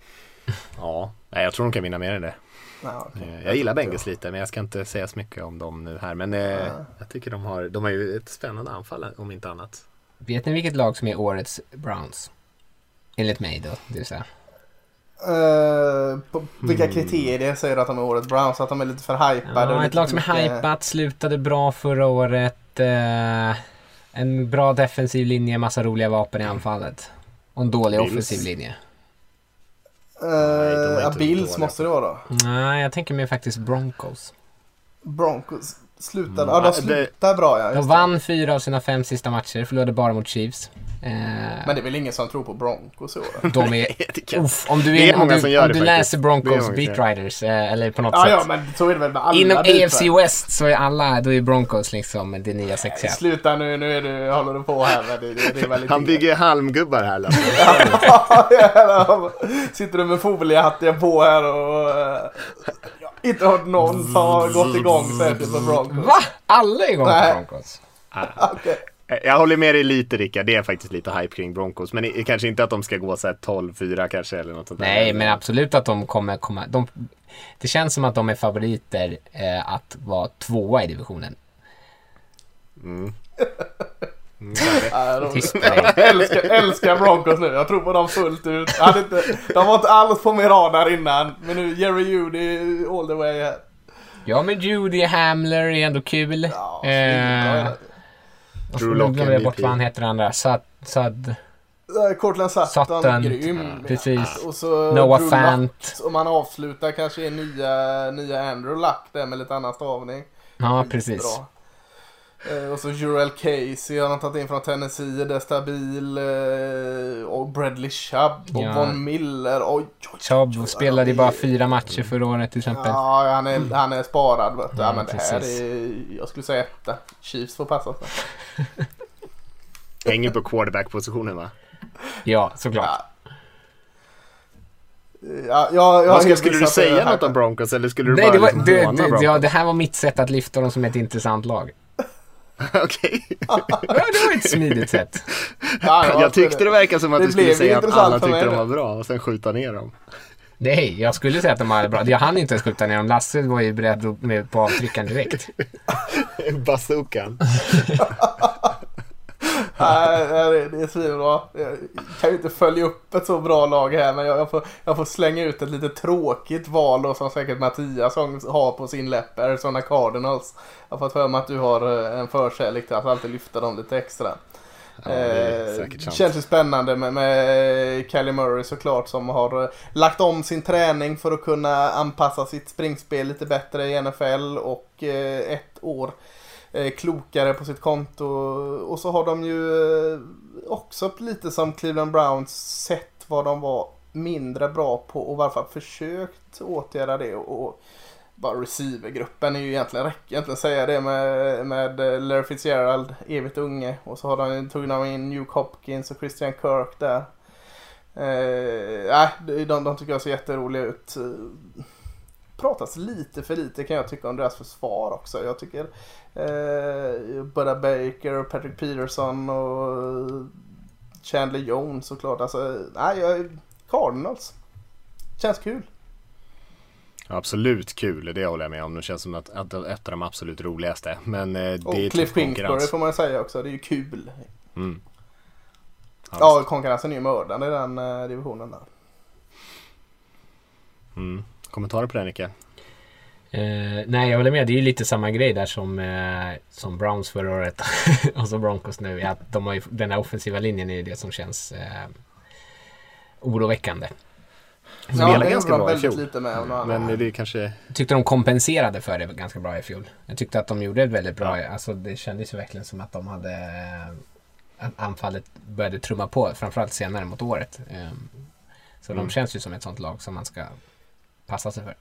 Ja, nej, jag tror de kan vinna mer än det. Ja, okay. Jag, jag gillar Bengals lite, men jag ska inte säga så mycket om dem nu här. Men eh, jag tycker de har, de har ju ett spännande anfall om inte annat. Vet ni vilket lag som är årets Browns? Enligt mig då, det vill säga. Uh, på vilka mm. kriterier säger du att de är årets Browns? Att de är lite för hypade? Ja, ett lag som är mycket... hypat, slutade bra förra året. Uh, en bra defensiv linje, massa roliga vapen i anfallet. Och en dålig Bills. Offensiv linje. Uh, Nej, ja, Bills måste det vara då. Nej, jag tänker mer faktiskt Broncos. Broncos slutade, mm. ja de slutade bra, ja. De vann fyra av sina fem sista matcher, förlorade bara mot Chiefs. Uh, Men det är väl ingen som tror på Broncos i år? De är, uff, om du, är, om du, om du läser Broncos beatwriters eh, eller på något ja, sätt. Ja, men så är det väl med alla. Inom A F C West så är alla, då är Broncos liksom det nya sexiga. Sluta nu, nu är du, håller du på här. Det, det, det är väldigt Han bygger halmgubbar här. ja, sitter du med foliehatten på här och uh, inte hört någon som har gått igång särskilt på Broncos. Va? Alla är igång på Broncos? Okej. Jag håller med dig lite, Rickard. Det är faktiskt lite hype kring Broncos. Men det, kanske inte att de ska gå så här tolv fyra kanske eller något sånt. Nej, där. Men absolut att de kommer komma. De, det känns som att de är favoriter eh, att vara tvåa i divisionen. Mm. Mm, jag älskar, älskar Broncos nu. Jag tror på dem fullt ut. Jag hade inte, de var inte alls på min radar innan. Men nu Jerry Jeudy all the way här. Ja, men Jeudy Hamler är ändå kul. Ja, eh, och så glömde jag bort vad han heter andra. Sad, Sad. Cortland Sutton, Sutton, grym. precis. Och så Noah Fant. Om man avslutar kanske är nya, nya Andrew Luck där med lite annan stavning. Ja, precis. Bra. Eh, och så Jurel Casey har han tagit in från Tennessee, det är stabil. Eh, och Bradley Chubb och ja. Von Miller. Oj, oj, Chubb oj, spelade ju bara fyra matcher förra året till exempel. Ja, han är, han är sparad. Vet du. Ja, men det här är, jag skulle säga etta. Chiefs får passa sig. Hänger på quarterback-positionen, va? Ja, såklart. Ja. Ja, jag, jag ska, skulle du säga något om Broncos eller skulle du Nej, bara det, var, liksom det, det, ja, det här var mitt sätt att lyfta dem som ett intressant lag. Okej. Ja, det var ett smidigt sätt. Ja, jag, jag tyckte det, det verkade som att det du skulle säga att alla tyckte de var bra och sen skjuta ner dem. Nej, jag skulle säga att de var bra. Jag hann inte skjuta ner dem. Lasse var ju beredd med på avtryckan direkt. Bazookan. Nej, det är svinbra. Jag kan ju inte följa upp ett så bra lag här, men jag får, jag får slänga ut ett lite tråkigt val då, som säkert Mattias har på sin läpp, Arizona Cardinals. Jag har fått för mig att du har en förkärlek till att alltid lyfta dem lite extra. Ja, det är eh, känns ju spännande med, med Kyler Murray såklart, som har lagt om sin träning för att kunna anpassa sitt springspel lite bättre i N F L och eh, ett år klokare på sitt konto. Och så har de ju också lite som Cleveland Browns sett vad de var mindre bra på och varför försökt åtgärda det. Och bara receivergruppen är ju egentligen, räcker egentligen säga det med, med Larry Fitzgerald, evigt unge, och så har de tagit in Nuke Hopkins och Christian Kirk där. Eh, de, de tycker jag ser jätteroliga ut. pratas lite för lite kan jag tycka om deras försvar också. Jag tycker eh, Buda Baker och Patrick Peterson och Chandler Jones såklart. Alltså, nej, jag, Cardinals. Känns kul. Absolut kul, det håller jag med om. Det känns som att, att ett av de absolut roligaste. Men eh, det och är Cliff typ Kingsbury får man säga också, det är ju kul. Mm. Ja, ja, konkurrensen är ju mördande i den eh, divisionen där. Mm. Kommentarer på det, Nicke? Uh, nej, jag håller med. Det är ju lite samma grej där som, uh, som Browns förra året och så Broncos nu. Att de har ju, den här offensiva linjen är ju det som känns uh, oroväckande. Ja, det ganska bra väldigt lite med. Mm. Men det är kanske... Jag tyckte de kompenserade för det ganska bra i fjol. Jag tyckte att de gjorde ett väldigt bra. Ja. Alltså, det kändes ju verkligen som att de hade uh, anfallet började trumma på, framförallt senare mot året. Um, så mm. de känns ju som ett sånt lag som man ska passa sig för.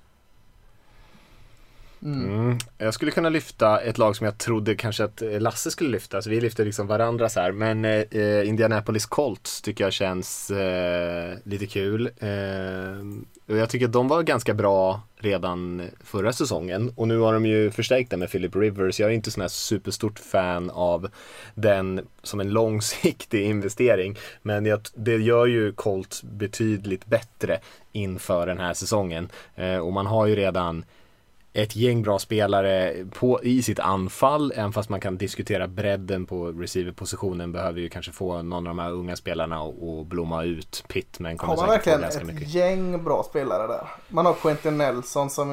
Mm. Mm. Jag skulle kunna lyfta ett lag som jag trodde kanske att Lasse skulle lyfta, så vi lyfter liksom varandra så här. Men eh, Indianapolis Colts tycker jag känns eh, lite kul. Eh, och jag tycker att de var ganska bra redan förra säsongen, och nu har de ju förstärkt det med Philip Rivers. Jag är inte sån här superstort fan av den som en långsiktig investering, men det, det gör ju Colts betydligt bättre inför den här säsongen. Eh, och man har ju redan ett gäng bra spelare på, i sitt anfall, även fast man kan diskutera bredden på receiverpositionen, behöver ju kanske få någon av de här unga spelarna att blomma ut. Pittman kommer har man säkert verkligen få ganska ett mycket. Gäng bra spelare där? Man har Quentin Nelson som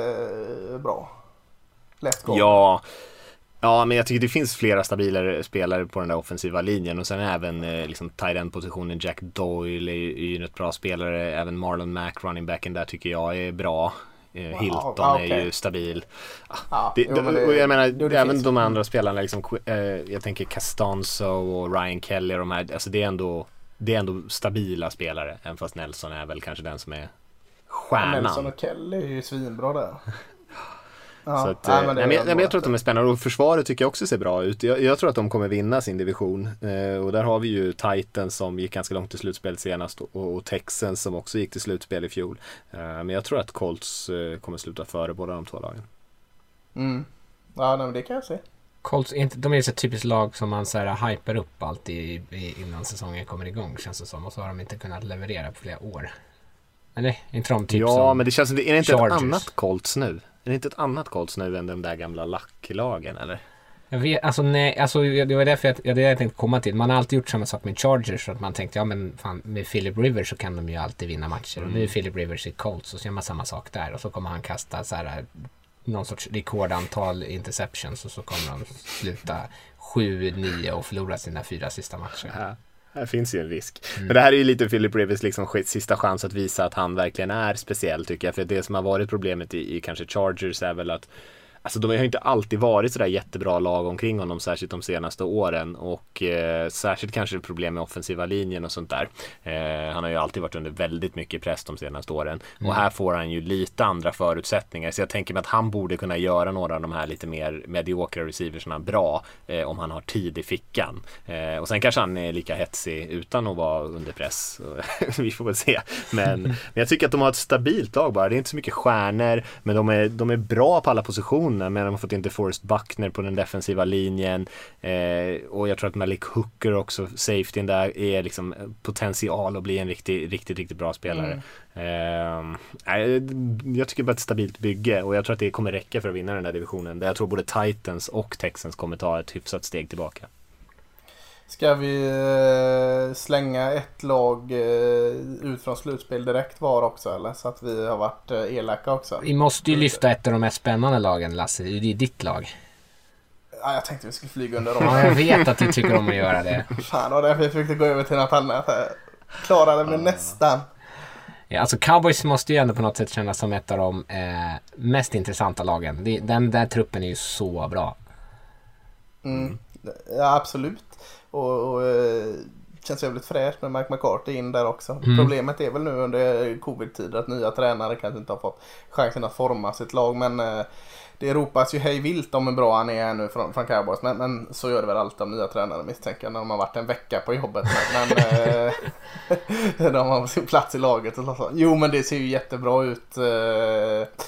är bra. Lätt gå. Ja, ja, men jag tycker det finns flera stabilare spelare på den där offensiva linjen, och sen även eh, liksom tight end positionen. Jack Doyle är ju en bra spelare, även Marlon Mack, running backen där, tycker jag är bra. Hilton wow, okay. är ju stabil. Ja, det, jo, det, och jag menar, jo, även finns. de andra spelarna liksom, eh, jag tänker Costanzo och Ryan Kelly och de här, alltså det är ändå det är ändå stabila spelare, även fast Nelson är väl kanske den som är stjärnan. Ja, Nelson och Kelly är ju svinbra där. Ja, så att, nej, men, nej, men, men jag tror att de är spännande, och försvaret tycker jag också ser bra ut. Jag, jag tror att de kommer vinna sin division, eh, och där har vi ju Titans som gick ganska långt till slutspel senast, och, och Texans som också gick till slutspel i fjol. Eh, men jag tror att Colts eh, kommer sluta före båda de två lagen. Mm. Ja, nej, men det kan jag se. Colts, de är ett typiskt lag som man så här hyper upp alltid innan säsongen kommer igång, känns det som, och så har de inte kunnat leverera på flera år. Eller inte de typ ja, som men det känns som det är inte Chargers. Ett annat Colts nu. Är det inte ett annat Colts nu än de där gamla lacklagen, eller? Jag vet, alltså nej, alltså det var därför jag, det jag tänkte komma till. Man har alltid gjort samma sak med Chargers, så att man tänkte, ja men fan, med Philip Rivers så kan de ju alltid vinna matcher. Mm. Och nu är Philip Rivers i Colts, och så gör man samma sak där, och så kommer han kasta så här någon sorts rekordantal interceptions, och så kommer de sluta sju nio och förlora sina fyra sista matcher. Ja. Här finns ju en risk. Mm. Men det här är ju lite Philip Rivers liksom sista chans att visa att han verkligen är speciell, tycker jag. För det som har varit problemet i, i kanske Chargers är väl att alltså de har ju inte alltid varit sådär jättebra lag omkring honom, särskilt de senaste åren, och eh, särskilt kanske problem med offensiva linjen och sånt där. Eh, han har ju alltid varit under väldigt mycket press de senaste åren, mm. och här får han ju lite andra förutsättningar, så jag tänker mig att han borde kunna göra några av de här lite mer mediokra receiversna bra, eh, om han har tid i fickan. Eh, och sen kanske han är lika hetsig utan att vara under press. Vi får väl se. Men, men jag tycker att de har ett stabilt lag bara. Det är inte så mycket stjärnor, men de är, de är bra på alla positioner. Men de har fått inte Forrest Buckner på den defensiva linjen, eh, och jag tror att Malik Hooker också, safetyn där, är liksom potential att bli en riktigt, riktigt, riktigt bra spelare. Mm. Eh, jag tycker bara ett stabilt bygge, och jag tror att det kommer räcka för att vinna den där divisionen, där jag tror både Titans och Texans kommer ta ett hyfsat steg tillbaka. Ska vi slänga ett lag ut från slutspel direkt var också, eller? Så att vi har varit elaka också. Vi måste ju lyfta ett av de mest spännande lagen, Lasse. Det är ditt lag. Ja, jag tänkte vi skulle flyga under dem. Ja, jag vet att du tycker om att göra det. Fan, och därför jag fick gå över till något annat. Klarade mig nästan. Ja, alltså Cowboys måste ju ändå på något sätt kännas som ett av de eh, mest intressanta lagen. Den där truppen är ju så bra. Mm. Ja, absolut. Och, och eh, känns jävligt fräscht med Mike McCarthy in där också. Mm. Problemet är väl nu under covid-tider att nya tränare kanske inte har fått chansen att forma sitt lag, men eh, det ropas ju hej vilt om hur bra han är nu från, från Cowboys, men, men så gör det väl alltid om nya tränare, misstänker, när de har varit en vecka på jobbet, men, men eh, de har sin plats i laget och så. Jo, men det ser ju jättebra ut. eh,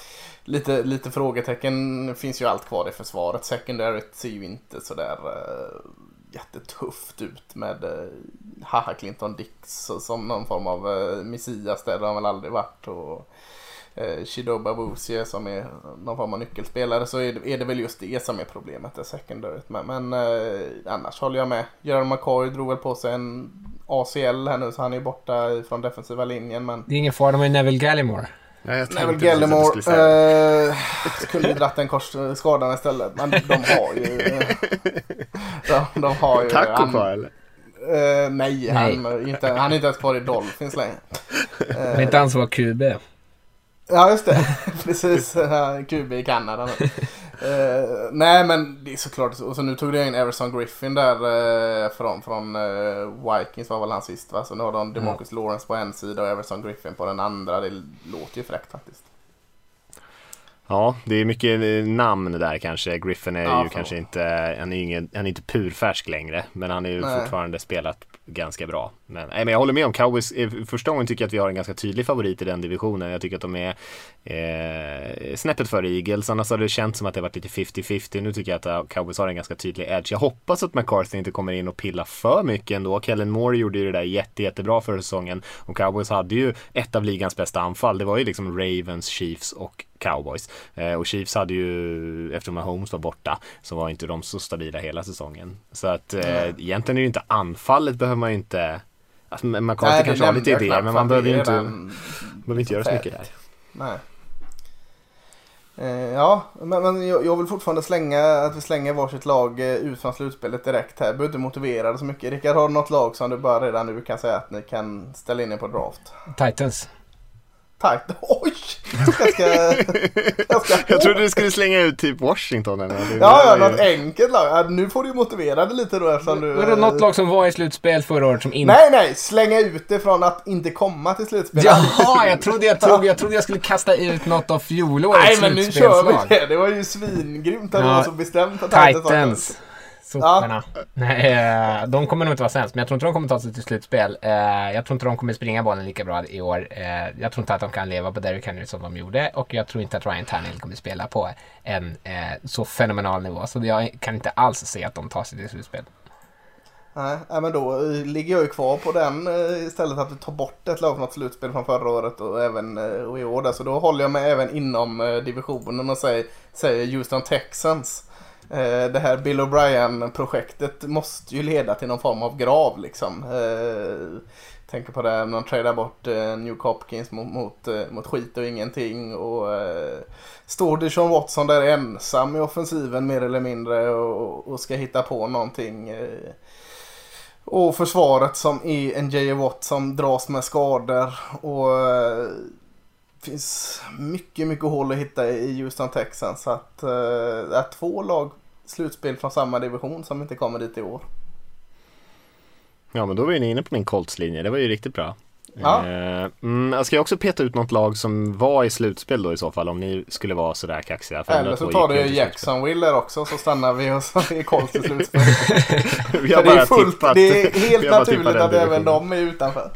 lite, lite frågetecken finns ju allt kvar i försvaret. Secondary ser ju inte sådär uh, jättetufft ut med uh, Haha Clinton Dix som någon form av uh, messias där. Det har väl aldrig varit. Och uh, Chidobe Awuzie som är någon form av nyckelspelare, så är det, är det väl just det som är problemet, det secondary. Men, men uh, annars håller jag med. Gerald McCoy drog väl på sig en A C L här nu, så han är borta från defensiva linjen. Men det är ingen fara, de har ju Neville Gallimore. Ja, jag Neville Gallimore eh, skulle ju dratt en kors skadan istället. Men de har ju de, de har ju Taco kvar eller? Eh, nej, nej. Han, inte, han är inte ens kvar i Dolphins längre. Det är inte han som var Q B. Ja, just det. Precis. Q B i Kanada. Uh, nej, men det är såklart. Och så nu tog det in Everson Griffin där uh, från, från uh, Vikings var väl han sist, va? Så nu har de DeMarcus mm. Lawrence på en sida och Everson Griffin på den andra. Det låter ju fräckt faktiskt. Ja, det är mycket namn där kanske. Griffin är ja, ju kanske inte, han är ju ingen, han är inte purfärsk längre, men han är ju nej. fortfarande spelat ganska bra. Men, nej, men jag håller med om Cowboys. Första gången tycker jag att vi har en ganska tydlig favorit i den divisionen. Jag tycker att de är eh, snäppet för Eagles. Annars har det känts som att det har varit lite fifty fifty. Nu tycker jag att Cowboys har en ganska tydlig edge. Jag hoppas att McCarthy inte kommer in och pillar för mycket ändå. Kellen Moore gjorde ju det där jätte, jättebra för säsongen. Och Cowboys hade ju ett av ligans bästa anfall. Det var ju liksom Ravens, Chiefs och Cowboys. Eh, och Chiefs hade ju, eftersom Mahomes var borta, så var inte de så stabila hela säsongen. Så att eh, mm. egentligen är det inte anfallet behöver man ju inte, alltså, man kan inte kanske ha lite idéer, men man behöver ju inte behöver inte göra så mycket där. Nej. Eh, ja, men, men jag, jag vill fortfarande slänga att vi slänger varsitt lag eh, ut från slutspelet direkt här. Behöver inte motivera det så mycket. Rickard, har du något lag som du bara redan nu kan säga att ni kan ställa in er på draft? Titans. Tack. Oj! Jag, ska, jag, ska... jag trodde du skulle slänga ut typ Washington eller något. Ja, ja, något enkelt lag. Ja, nu får du motivera det lite då eftersom du... Var det något lag som var i slutspel förra året som inte... Nej, nej, slänga ut det från att inte komma till slutspel. Jaha, jag trodde jag, trodde, jag trodde jag skulle kasta ut något av fjolårets slutspelslag. Nej, men nu kör vi det. Det var ju svingrymt att ja, det var så bestämt att Titans. Soporna. Ja. Nej, de kommer nog inte vara sämst, men jag tror inte de kommer ta sig till slutspel. Jag tror inte de kommer springa bollen lika bra i år. Jag tror inte att de kan leva på Derrick Henry som de gjorde, och jag tror inte att Ryan Tannehill kommer spela på en så fenomenal nivå. Så jag kan inte alls se att de tar sig till slutspel. Nej, men då ligger jag ju kvar på den istället, att du tar bort ett lag från ett slutspel från förra året och även och i år där. Så då håller jag mig även inom divisionen och säger, säger Houston Texans. Det här Bill O'Brien-projektet måste ju leda till någon form av grav liksom. Tänker på det när man tradar bort New Hopkins mot, mot, mot skit och ingenting. Och står Deshaun Watson där ensam i offensiven mer eller mindre och, och ska hitta på någonting. Och försvaret som är en J J Watt som dras med skador. Och det finns mycket, mycket hål att hitta i Houston Texans. Så att det är två lag slutspel från samma division som inte kommer dit i år. Ja, men då var ni inne på min Colts-linje. Det var ju riktigt bra. Ja. Mm, jag ska också peta ut något lag som var i slutspel då i så fall, om ni skulle vara sådär kaxiga. Eller så tar du Jacksonville där också, så stannar vi och så är Colts i slutspel. Vi har För bara det är fullt, tippat, det är helt naturligt att även divisionen. de är utanför.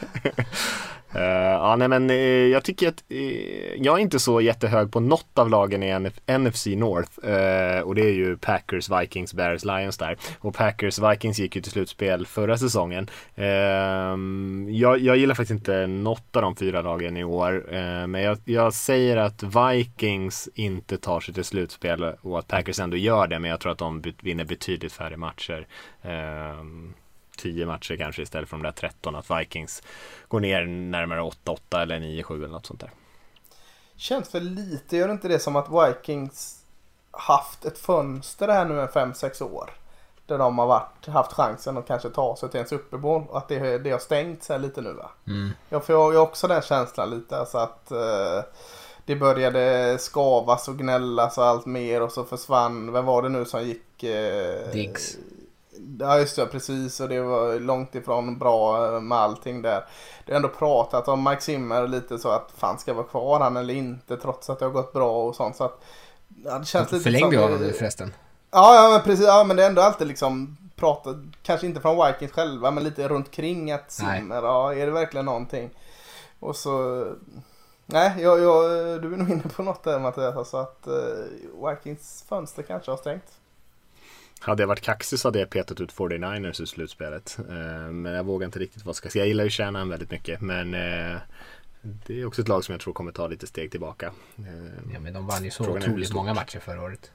Uh, ja, nej, men uh, jag tycker att uh, jag är inte så jättehög på något av lagen i N F- N F C North, uh, och det är ju Packers, Vikings, Bears, Lions där. Och Packers, Vikings gick ju till slutspel förra säsongen. Uh, jag, jag gillar faktiskt inte något av de fyra lagen i år, uh, men jag, jag säger att Vikings inte tar sig till slutspel och att Packers ändå gör det, men jag tror att de vinner betydligt färre matcher. Uh, tio matcher kanske istället för de där tretton, att Vikings går ner närmare åtta åtta eller nio sju eller något sånt där. Känns för lite, gör inte det som att Vikings haft ett fönster här nu en fem sex år där de har varit, haft chansen att kanske ta sig till en Super Bowl och att det, det har stängt sig lite nu, va? Mm. Jag får ju också den känslan lite, alltså att uh, det började skavas och gnällas och allt mer, och så försvann, vem var det nu som gick? Uh, Diggs. Ja, just det, precis, och det var långt ifrån bra med allting där. Det har ändå pratat om Mike Zimmer lite så att fan ska vara kvar han eller inte, trots att det har gått bra och sånt, så att ja, det känns lite förlängde som... du honom förresten? Ja, ja, men precis, ja, men det är ändå alltid liksom pratat, kanske inte från Vikings själva, men lite runt kring att Zimmer, ja, är det verkligen någonting? Och så Nej, jag, jag, du är nog inne på något där, Mattias. Alltså att uh, Vikings fönster kanske har stängt. Hade jag varit kaxig så hade jag petat ut fyrtionioers i slutspelet. Uh, men jag vågar inte riktigt vad ska säga. Jag gillar ju Shanahan väldigt mycket. Men uh, det är också ett lag som jag tror kommer ta lite steg tillbaka. Uh, ja, men de vann ju så otroligt många matcher förra året.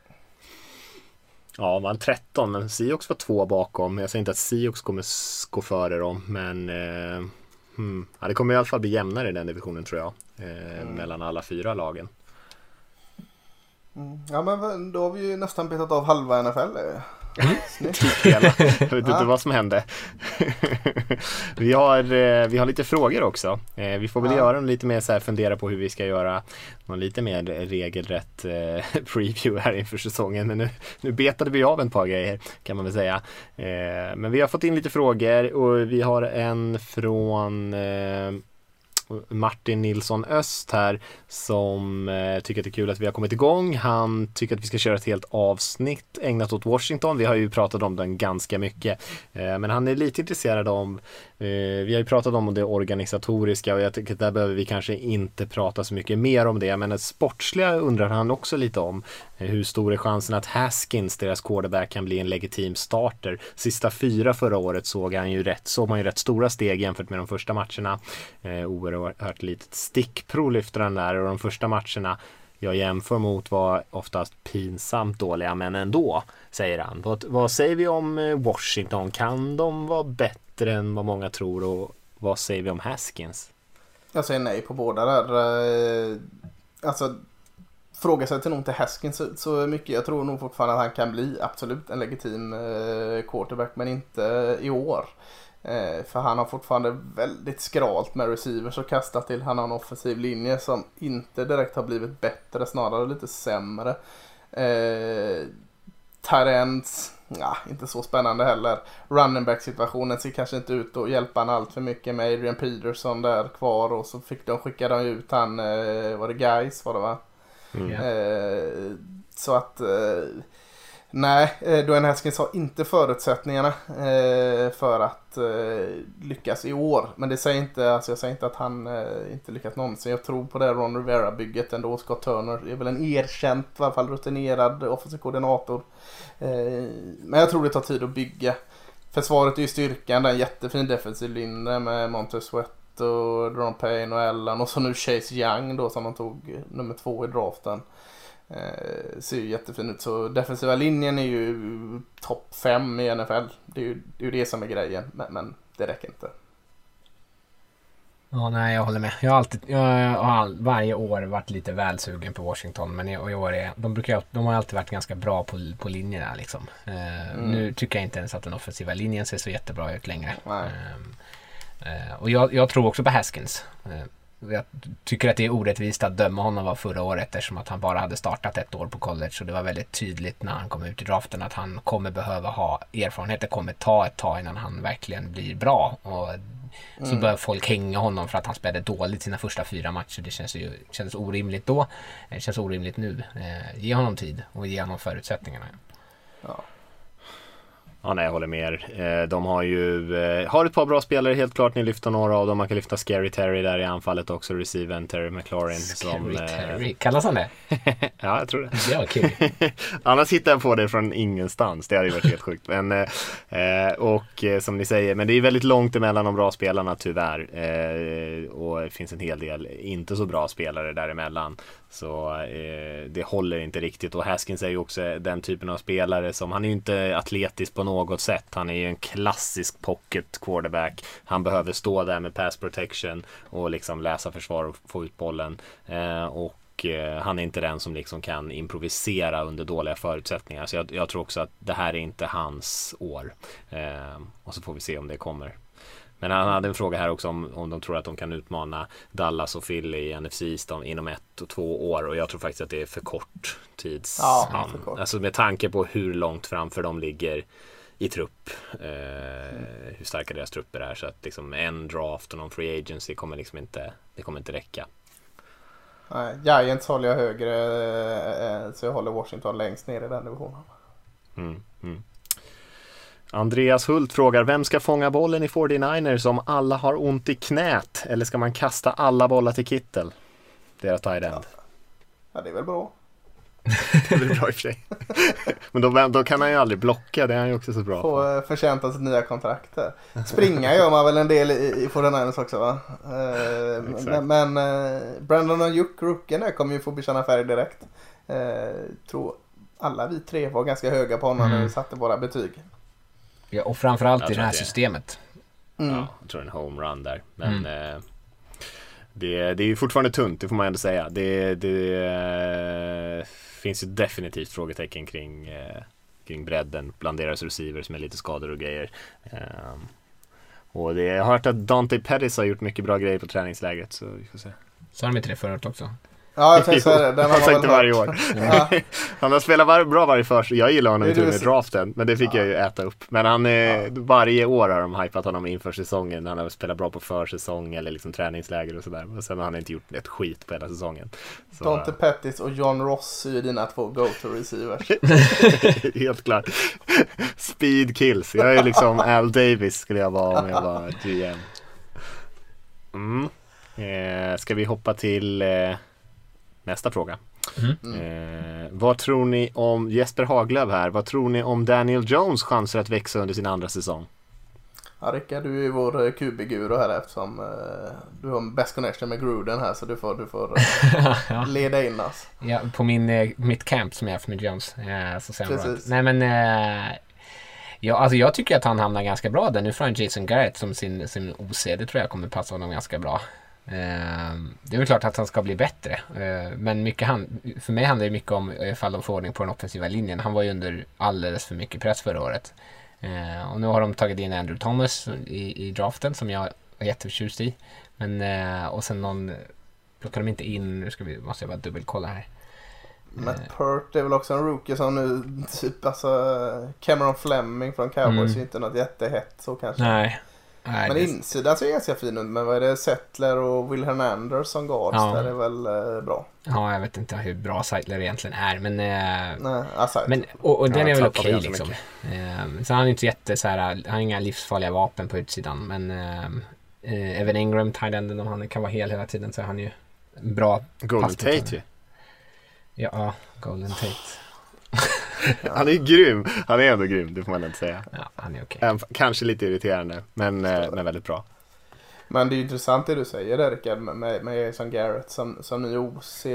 Ja, vann tretton, men Seahawks var två bakom. Jag säger inte att Seahawks kommer gå före dem, men uh, hmm, ja, det kommer i alla fall bli jämnare i den divisionen tror jag. Uh, mm. Mellan alla fyra lagen. Mm. Ja, men då har vi ju nästan betat av halva N F L. Typ hela. Jag vet inte vad som hände. vi, har, vi har lite frågor också. Vi får väl ja. göra en lite mer så här, fundera på hur vi ska göra någon lite mer regelrätt eh, preview här inför säsongen. Men nu, nu betade vi av en par grejer kan man väl säga. Eh, men vi har fått in lite frågor och vi har en från eh, Martin Nilsson Öst här som eh, tycker att det är kul att vi har kommit igång. Han tycker att vi ska köra ett helt avsnitt ägnat åt Washington. Vi har ju pratat om den ganska mycket. Eh, men han är lite intresserad om eh, vi har ju pratat om det organisatoriska och jag tycker att där behöver vi kanske inte prata så mycket mer om det. Men det sportsliga undrar han också lite om. Eh, hur stor är chansen att Haskins, deras quarterback, kan bli en legitim starter? Sista fyra förra året såg han ju rätt, såg man ju rätt stora steg jämfört med de första matcherna. Eh, oerhört litet stickprov lyfter den där och de första matcherna jag jämför mot var oftast pinsamt dåliga, men ändå, säger han. Vad, vad säger vi om Washington? Kan de vara bättre än vad många tror och vad säger vi om Haskins? Jag säger nej på båda där. Alltså fråga sig till nog till Haskins så, så mycket. Jag tror nog fortfarande att han kan bli absolut en legitim quarterback, men inte i år. Eh, för han har fortfarande väldigt skralt med receivers och kastat till. Han har en offensiv linje som inte direkt har blivit bättre, snarare lite sämre. Eh, Tyrants, ja, inte så spännande heller. Running back situationen ser kanske inte ut att hjälpa han allt för mycket med Adrian Peterson där kvar, och så fick de skicka de ut han, eh, var det Guys var det va? Mm. Eh, så att eh, nej, Dwayne Haskins har inte förutsättningarna eh, för att eh, lyckas i år. Men det säger inte, alltså jag säger inte att han eh, inte lyckats någonsin. Jag tror på det Ron Rivera-bygget ändå. Scott Turner är väl en erkänd, i alla fall rutinerad offensiv koordinator. Eh, men jag tror det tar tid att bygga. Försvaret är ju styrkan, det är en jättefin defensiv linje med Montez Sweat och Dron Payne och Allen. Och så nu Chase Young då som de tog nummer två i draften. Eh, ser ju jättefin ut, så defensiva linjen är ju topp fem i N F L. Det är ju det, är ju det som är grejen, men, men det räcker inte. Ja, nej, jag håller med. Jag har alltid, jag har all, varje år varit lite väl sugen på Washington, men i, i år är de brukar de har alltid varit ganska bra på på linjerna liksom. Eh, mm. Nu tycker jag inte ens att den offensiva linjen ser så jättebra ut längre. Eh, eh, och jag, jag tror också på Haskins. Eh, Jag tycker att det är orättvist att döma honom av förra året eftersom att han bara hade startat ett år på college, och det var väldigt tydligt när han kom ut i draften att han kommer behöva ha erfarenhet. Det kommer ta ett tag innan han verkligen blir bra, och så mm. börjar folk hänga honom för att han spelade dåligt sina första fyra matcher. Det känns ju känns orimligt då. Det känns orimligt nu. Eh, ge honom tid och ge honom förutsättningarna. Ja. Ja, nej, jag håller med er. De har ju eh, har ett par bra spelare, helt klart. Ni lyfter några av dem. Man kan lyfta Scary Terry där i anfallet också, receiven Terry McLaurin. Scary som, Terry, kallas han det? Ja, jag tror det. Det var kul. Annars hittar jag på det från ingenstans. Det hade ju varit helt sjukt. Men, eh, och eh, som ni säger, men det är väldigt långt emellan de bra spelarna tyvärr. Eh, och det finns en hel del inte så bra spelare däremellan. Så eh, det håller inte riktigt. Och Haskins är ju också den typen av spelare som, han är ju inte atletisk på något sätt. Han är ju en klassisk pocket quarterback. Han behöver stå där med pass protection och liksom läsa försvar och få ut bollen. Eh, och eh, han är inte den som liksom kan improvisera under dåliga förutsättningar. Så jag, jag tror också att det här är inte hans år. Eh, och så får vi se om det kommer. Men han hade en fråga här också om, om de tror att de kan utmana Dallas och Philly i N F C East inom ett och två år. Och jag tror faktiskt att det är för kort tids. Ja, för kort. Alltså med tanke på hur långt framför de ligger i trupp. Eh, mm. Hur starka deras trupper är. Så att liksom en draft och någon free agency kommer liksom inte, det kommer inte räcka. Nej, Giants håller jag högre, så jag håller Washington längst ner i den divisionen. Mm, mm. Andreas Hult frågar, vem ska fånga bollen i fyrtionioers om alla har ont i knät? Eller ska man kasta alla bollar till Kittel? Deras tight end. Ja, det är väl bra. Det blir bra i och för sig. Men då, då kan han ju aldrig blocka, det är han ju också så bra. Få uh, förtjänta sitt nya kontrakt där. Springa gör man väl en del i, i fyrtionioers också, va? Uh, men men uh, Brandon Ayuk, rookien där, kommer ju få bekänna färg direkt. Uh, tror alla vi tre var ganska höga på honom mm. när vi satte våra betyg. Ja, och framförallt i det här det. systemet. Mm. Ja, jag tror en homerun där. Men mm. eh, det, det är ju fortfarande tunt, det får man ändå säga. Det, det eh, finns ju definitivt frågetecken kring, eh, kring bredden bland deras receivers med lite skador och grejer. Eh, och det, jag har hört att Dante Pettis har gjort mycket bra grejer på träningsläget, så vi får se. Så har de inte det förut också? Ja, jag tänkte säga det. Den har sagt det varje år. Ja. Han har spelat var- bra varje först. Jag gillar honom i tur med draften, men det fick ja. jag ju äta upp. Men han är, ja. varje år har de hypat honom inför säsongen. Han har spelat bra på försäsong eller liksom träningsläger och sådär. Och sen har han inte gjort ett skit på hela säsongen. Så, Dante Pettis och John Ross är ju dina två go-to-receivers. Helt klart. Speed kills. Jag är liksom Al Davis skulle jag vara om jag var G M. Mm. Eh, ska vi hoppa till... Eh, nästa fråga. Mm. Eh, vad tror ni om Jesper Haglöf här? Vad tror ni om Daniel Jones chanser att växa under sin andra säsong? Ja, Rickard, du är ju vår Q B-guru här eftersom eh, du har best connection med Gruden här, så du får, du får eh, leda in oss. Ja, på min, eh, mitt camp som jag har haft med Jones eh, så ser han bra. Nej men eh, ja, alltså jag tycker att han hamnar ganska bra där. Nu får han Jason Garrett som sin, sin O C. Det tror jag kommer passa honom ganska bra. Det är väl klart att han ska bli bättre, men mycket han, för mig handlar det mycket om ifall de får ordning på den offensiva linjen. Han var ju under alldeles för mycket press förra året, och nu har de tagit in Andrew Thomas i, i draften som jag är jätteförtjust i, men och sen någon plockar de inte in, nu ska vi, måste jag bara dubbelkolla här. Matt Pert är väl också en rookie som nu typ, alltså Cameron Fleming från Cowboys mm. är inte något jättehett så kanske. Nej. Nej, men insidan ser ganska fin ut. Men vad är det? Settler och Will Hernandez som guards, ja. Där är väl eh, bra. Ja, jag vet inte hur bra Settler egentligen är. Men, eh, Nej, alltså, men och, och den ja, är väl okej okay, liksom. Eh, så han är inte jätte så här, han har inga livsfarliga vapen på utsidan. Men eh, Evan Ingram, Thailand, om han kan vara hel hela tiden så är han ju bra. Golden Tate ju. Ja, Golden Tate. Han är grym. Han är ändå grym, det får man inte säga. Ja, han är okej. Okay. Kanske lite irriterande, men, men väldigt bra. Men det är ju intressant det du säger där, Rickard, med, med Jason Garrett som, som ny O C.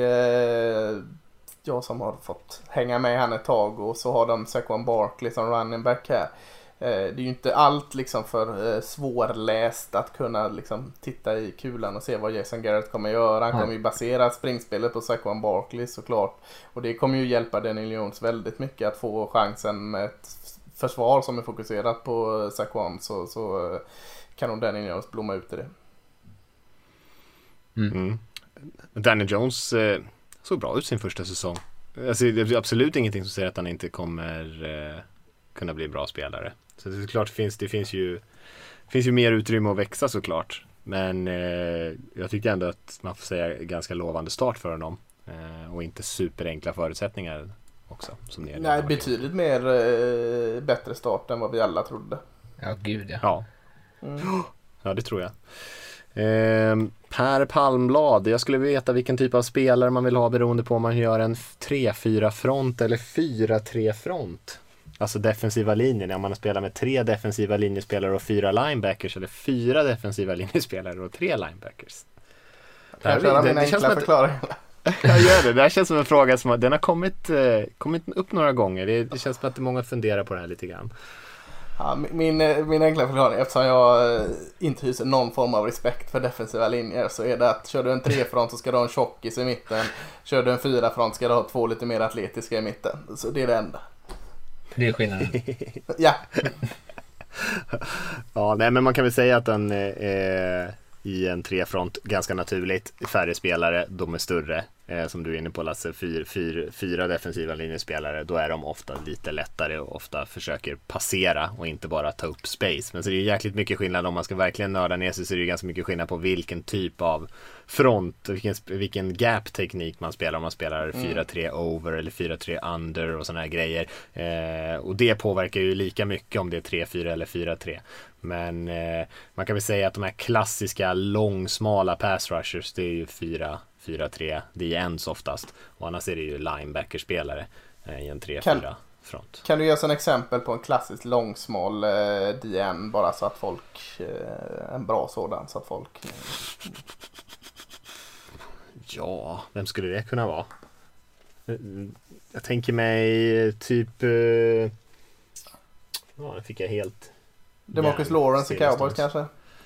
Jag som har fått hänga med han ett tag, och så har de Saquon Barkley som running back här. Det är ju inte allt liksom för svårläst att kunna liksom titta i kulan och se vad Jason Garrett kommer göra. Han kommer ju basera springspelet på Saquon Barkley såklart. Och det kommer ju hjälpa Daniel Jones väldigt mycket att få chansen med ett försvar som är fokuserat på Saquon, så, så kan nog Daniel Jones blomma ut i det. Mm. Mm. Daniel Jones eh, såg bra ut sin första säsong. Alltså, det är absolut ingenting som säger att han inte kommer eh, kunna bli en bra spelare. Så det är klart finns det finns ju finns ju mer utrymme att växa såklart, men eh, jag tycker ändå att man får säga ganska lovande start för honom, eh, och inte superenkla förutsättningar också som det är. Nej, betydligt mer eh, bättre start än vad vi alla trodde. Ja, gud ja. Ja. Mm. Ja, det tror jag. Eh, Per Palmblad, jag skulle veta vilken typ av spelare man vill ha beroende på om man gör en tre fyra front eller fyra tre front. Alltså defensiva linjen, om man spelar med tre defensiva linjespelare och fyra linebackers, eller fyra defensiva linjespelare och tre linebackers. Det, här, det, det, det känns som att, jag gör det. Det här känns som en fråga som den har kommit, eh, kommit upp några gånger. Det, det känns som att många funderar på det här lite grann. Ja, min, min enkla förklaring, eftersom jag inte hyser någon form av respekt för defensiva linjer, så är det att kör du en trefront så ska du ha en tjockis i mitten. Kör du en fyrafront ska du ha två lite mer atletiska i mitten. Så det är det enda. Det är skillnaden. Ja. Ja, nej, men man kan väl säga att den är i en trefront ganska naturligt. Färre spelare, de är större. eh, som du är inne på Lasse, fyr, fyr, fyra defensiva linjespelare, då är de ofta lite lättare och ofta försöker passera och inte bara ta upp space. Men så är det ju jäkligt mycket skillnad, om man ska verkligen nörda ner sig, så är det ju ganska mycket skillnad på vilken typ av front, vilken, vilken gap-teknik man spelar, om man spelar mm. fyra tre over eller fyra tre under och såna här grejer. Eh, och det påverkar ju lika mycket om det är tre fyra eller fyra tre. Men eh, man kan väl säga att de här klassiska långsmala pass rushers, det är ju fyra fyra tre D Ns oftast. Och annars är det ju linebacker-spelare eh, i en tre fyra front. Kan du ge oss en exempel på en klassisk långsmal eh, D N, bara så att folk, eh, en bra sådan, så att folk... Eh... Ja, vem skulle det kunna vara? Jag tänker mig typ... Eh... Ja, det fick jag helt... DeMarcus Lawrence i Cowboys kanske?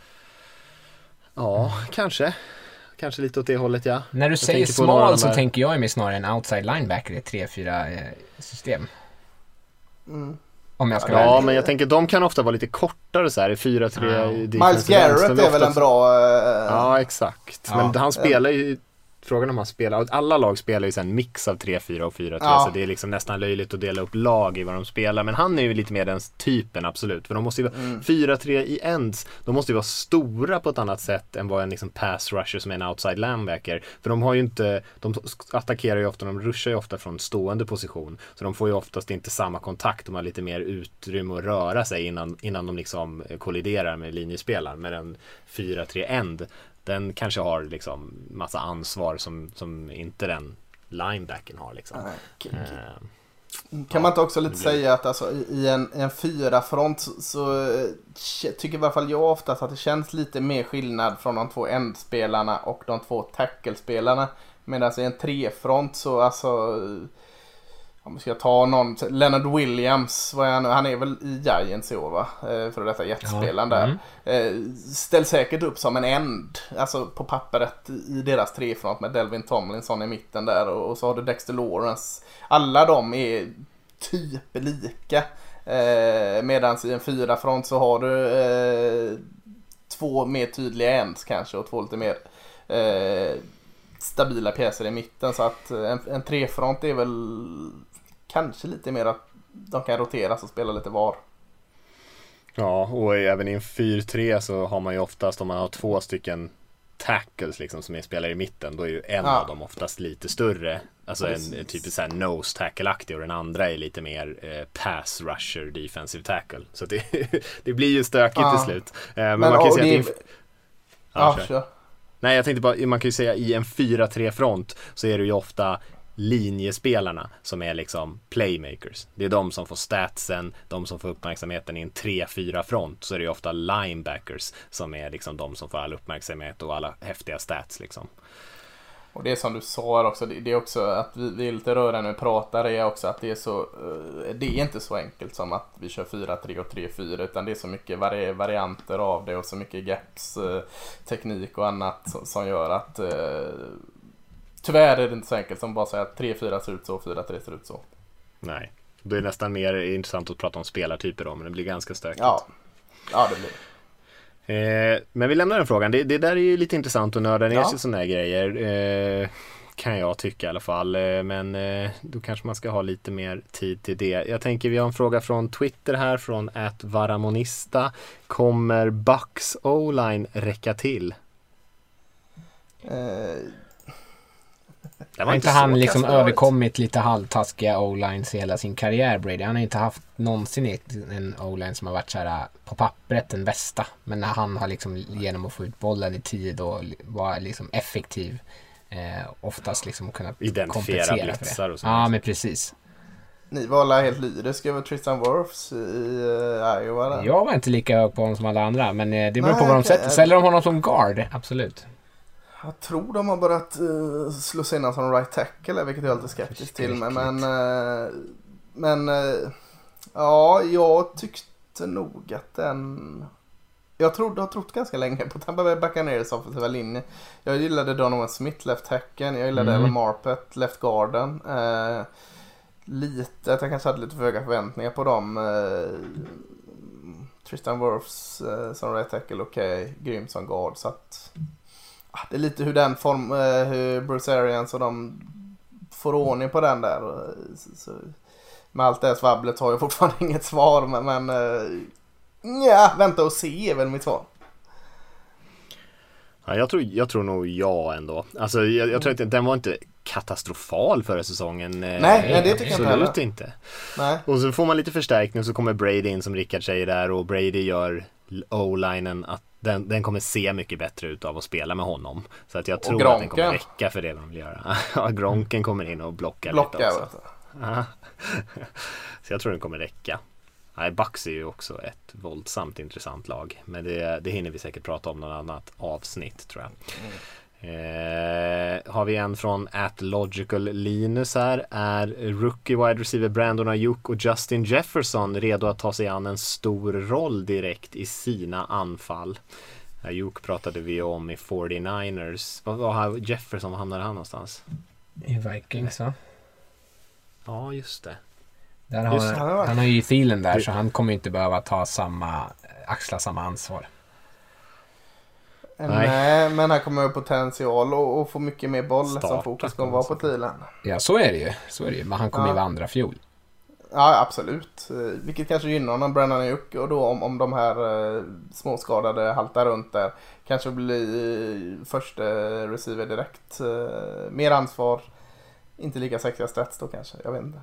Ja, kanske. Kanske lite åt det hållet, ja. När du jag säger smal så tänker jag mig snarare en outside linebacker i tre fyra system. Mm. Om jag ska ja, välja. men jag tänker de kan ofta vara lite kortare så här i fyra tre. Ja. Miles Garrett är väl en bra... Uh... Ja, exakt. Ja. Men han spelar ju... Frågan om han spelar, alla lag spelar ju sen en mix av tre fyra och fyra tre, ja. Så det är liksom nästan löjligt att dela upp lag i vad de spelar, men han är ju lite mer den typen, absolut, för de måste ju vara mm. fyra tre i ends, de måste ju vara stora på ett annat sätt än vad en liksom pass rusher som är en outside linebacker, för de har ju inte, de attackerar ju ofta, de rushar ju ofta från stående position, så de får ju oftast inte samma kontakt, de har lite mer utrymme att röra sig innan, innan de liksom kolliderar med linjespelaren, med en fyra tre end. Den kanske har liksom massa ansvar som, som inte den linebacken har liksom. Nej, okay, okay. Uh, kan ja, man inte också lite säga att alltså, i en, en fyra front så, så tycker i alla fall jag oftast att det känns lite mer skillnad från de två endspelarna och de två tackle-spelarna. Medan i en tre front så alltså... Om vi ska ta någon, Leonard Williams, vad är han, han är väl i Giants i år, va? För detta jättespelaren ja. där. Mm. Ställs säkert upp som en end, alltså på pappret i deras trefront med Delvin Tomlinson i mitten där. Och så har du Dexter Lawrence. Alla de är typ lika. Medan i en fyra front så har du eh, två mer tydliga ends kanske och två lite mer... Eh, stabila pjäser i mitten, så att en, en trefront är väl kanske lite mer att de kan roteras och spela lite var. Ja, och även i en fyra tre så har man ju oftast, om man har två stycken tackles liksom som är spelare i mitten, då är ju en ja. av dem oftast lite större, alltså Precis. en typ så här nose tackle-aktig, och den andra är lite mer eh, pass rusher defensive tackle, så det, det blir ju stökigt ja. till slut. Eh, men, men man kan ju säga det... att det... ja, kör. Nej, jag tänkte bara, man kan ju säga i en fyra tre front så är det ju ofta linjespelarna som är liksom playmakers. Det är de som får statsen, de som får uppmärksamheten. I en tre fyra front så är det ju ofta linebackers som är liksom de som får all uppmärksamhet och alla häftiga stats liksom. Och det som du sa också, det är också att vi, vi är lite rörande när vi pratar, är också att det är så, det är inte så enkelt som att vi kör fyra tre och tre fyra, utan det är så mycket vari- varianter av det och så mycket gaps, teknik och annat som, som gör att tyvärr är det inte så enkelt som bara säga att tre fyra ser ut så och fyra tre ser ut så. Nej, det är nästan mer intressant att prata om spelartyper då, men det blir ganska stökigt. Ja, ja det blir det. Eh, men vi lämnar den frågan. Det, det där är ju lite intressant att nörda ner ja. sig sådana här grejer. Eh, kan jag tycka i alla fall. Eh, men eh, då kanske man ska ha lite mer tid till det. Jag tänker vi har en fråga från Twitter här från at varamonista. Kommer Bucks O-line räcka till? Eh... Har inte han liksom överkommit lite halvtaskiga O-lines hela sin karriär, Brady? Han har inte haft någonsin en O-line som har varit så här på pappret den bästa, men när han har liksom genom att få ut bollen i tid och vara liksom effektiv eh, oftast liksom kunnat identifiera blitzar och så. Ja, men precis. Ni var alla helt lyriska över Tristan Wirfs i uh, Iowa där. Jag var inte lika hög på honom som alla andra, men det beror på vad de sätter. Säljer de honom som guard? Absolut. Jag tror de har börjat uh, slå sig innan som right tackle, vilket jag är lite skeptisk till. Men, men, uh, men uh, ja, jag tyckte nog att den... Jag trodde, har trott ganska länge på Tampa Bay Buccaneers offensiva linje. Jag gillade Donovan Smith, left tacken. Jag gillade mm. Evan Marpet, left garden. Uh, lite, att jag kanske hade lite för höga förväntningar på dem. Uh, Tristan Wirfs uh, som right tackle, okej. Okay. Grym som guard, så att... det är lite hur den form, hur Bruce Arians och de får ordning på den där. Så, så, med allt det svabblet har jag fortfarande inget svar, men, men ja, vänta och se är väl mitt svar. Ja, jag, tror, jag tror nog ja ändå. Alltså, jag, jag tror att den var inte katastrofal förra säsongen. Nej, nej det tycker jag inte absolut inte. Nej. Och så får man lite förstärkning och så kommer Brady in som Rickard säger där, och Brady gör O-linen att den, den kommer se mycket bättre ut av att spela med honom. Så att jag tror att den kommer räcka för det de vill göra. Ja, Gronken kommer in och blockar, blockar lite också. Så jag tror den kommer räcka. Nej, Bucks är ju också ett våldsamt intressant lag. Men det, det hinner vi säkert prata om något annat avsnitt, tror jag. Mm. Eh, har vi en från at Logical Linus här. Är rookie wide receiver Brandon Ayuk och Justin Jefferson redo att ta sig an en stor roll direkt i sina anfall? Ayuk pratade vi om i fyrtionioers. Vad var Jefferson, var hamnade han någonstans? I Vikings, va? Ja, just det. Där har, just, han, han har ju Thielen där, det, så han kommer inte behöva ta samma, axla samma ansvar. Nej, Nej men han kommer ha potential och, och få mycket mer boll som fokus kommer vara på Thielen. Ja, så är det ju. Så är det ju. Men han kommer ja. ju vara andra fjol. Ja, absolut. Vilket kanske gynnar honom, Brandon Ayuk, och då om, om de här eh, småskadade haltar runt där kanske blir eh, första receiver direkt. Eh, mer ansvar, inte lika sexiga stats då kanske, jag vet inte.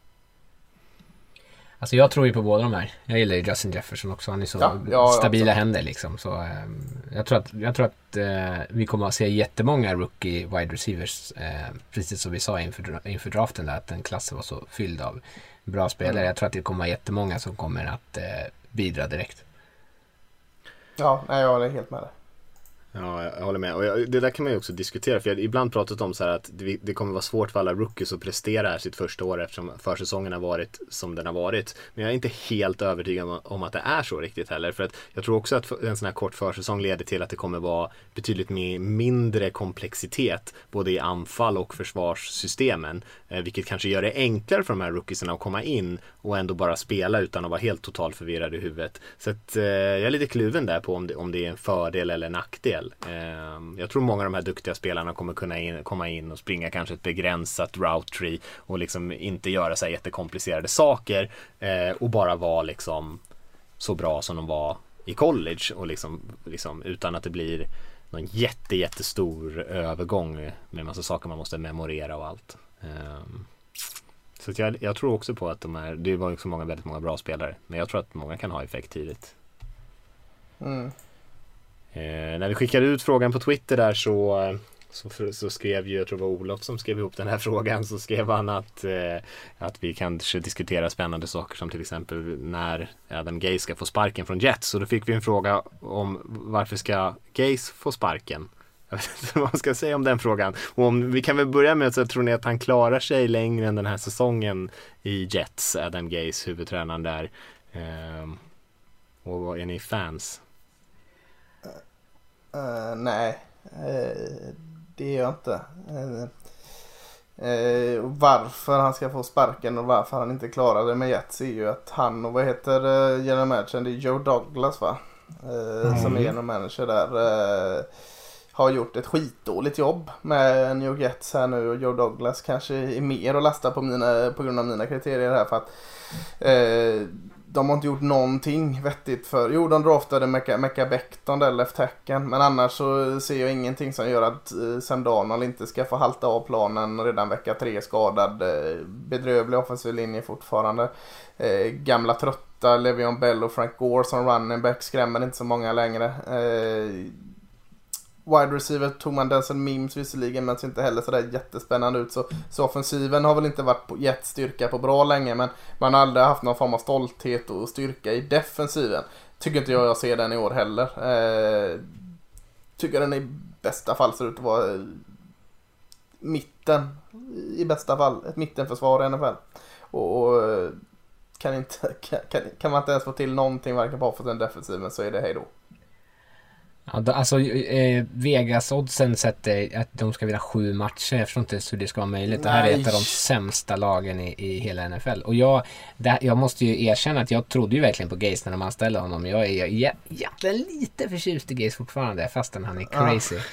Alltså jag tror ju på båda de här. Jag gillar ju Justin Jefferson också. Han är så ja, ja, stabila absolut. händer liksom. Så, eh, jag tror att, jag tror att eh, vi kommer att se jättemånga rookie wide receivers. Eh, precis som vi sa inför, inför draften där, att den klassen var så fylld av bra spelare. Mm. Jag tror att det kommer att jättemånga som kommer att eh, bidra direkt. Ja, nej, jag är helt med det. Ja, jag håller med. Och jag, det där kan man ju också diskutera. För jag har ibland pratat om så här att det, det kommer vara svårt för alla rookies att prestera här sitt första år eftersom försäsongen har varit som den har varit. Men jag är inte helt övertygad om, om att det är så riktigt heller. För att jag tror också att en sån här kort försäsong leder till att det kommer vara betydligt mer, mindre komplexitet både i anfall och försvarssystemen. Eh, vilket kanske gör det enklare för de här rookiesarna att komma in och ändå bara spela utan att vara helt totalt förvirrad i huvudet. Så att, eh, jag är lite kluven där på om det, om det är en fördel eller en nackdel. Jag tror många av de här duktiga spelarna kommer kunna in, komma in och springa kanske ett begränsat route tree och liksom inte göra så här jättekomplicerade saker eh, och bara vara liksom så bra som de var i college och liksom, liksom utan att det blir någon jätte, jättestor övergång med en massa saker man måste memorera och allt. Um, så att jag, jag tror också på att de är, det var ju så många, väldigt många bra spelare, men jag tror att många kan ha effekt tidigt. Mm. Eh, när vi skickade ut frågan på Twitter där så, så, så skrev ju, jag tror det var Olof som skrev ihop den här frågan, så skrev han att, eh, att vi kanske diskuterar spännande saker som till exempel när Adam Gase ska få sparken från Jets. Så då fick vi en fråga om varför ska Gase få sparken? Jag vet inte vad man ska säga om den frågan. Och om, vi kan väl börja med att så tror ni att han klarar sig längre än den här säsongen i Jets, Adam Gase, huvudtränaren där. Eh, och vad är ni fans? Uh, nej, uh, det är jag inte. Uh, uh, varför han ska få sparken och varför han inte klarade med Jets är ju att han och vad heter uh, general manager, det är Joe Douglas va? Uh, mm. Som är general manager där. Uh, har gjort ett skitdåligt jobb med New York Jets här nu, och Joe Douglas kanske är mer att lasta på, mina, på grund av mina kriterier här, för att uh, de har inte gjort någonting vettigt för. Jo, de draftade Mecca Becton där, left tacken. Men annars så ser jag ingenting som gör att eh, Sam Darnold inte ska få halta av planen redan vecka tre skadad. Eh, bedrövlig offensiv linje fortfarande. Eh, gamla trötta Le'Veon Bell och Frank Gore som running back skrämmer inte så många längre. Eh, wide receiver tog man Denzel Mims visserligen, men ser inte heller så där jättespännande ut. Så, så offensiven har väl inte varit på jättestyrka på bra länge, men man har aldrig haft någon form av stolthet och styrka i defensiven. Tycker inte jag jag ser den i år heller. Eh, tycker den i bästa fall ser ut att vara eh, mitten, i bästa fall ett mittenförsvar i alla fall. Och, och kan, inte, kan, kan man inte ens få till någonting varken på offensiven eller defensiven, så är det hej då. Ja, då, alltså eh, Vegas-oddsen sätter att de ska vinna sju matcher. Jag förstår inte hur det ska vara möjligt. Det här är ett av de sämsta lagen i, i hela N F L. Och jag, det, jag måste ju erkänna att jag trodde ju verkligen på Gase när de anställde honom. Jag är egentligen lite förtjust i Gase fortfarande, fastän han är crazy.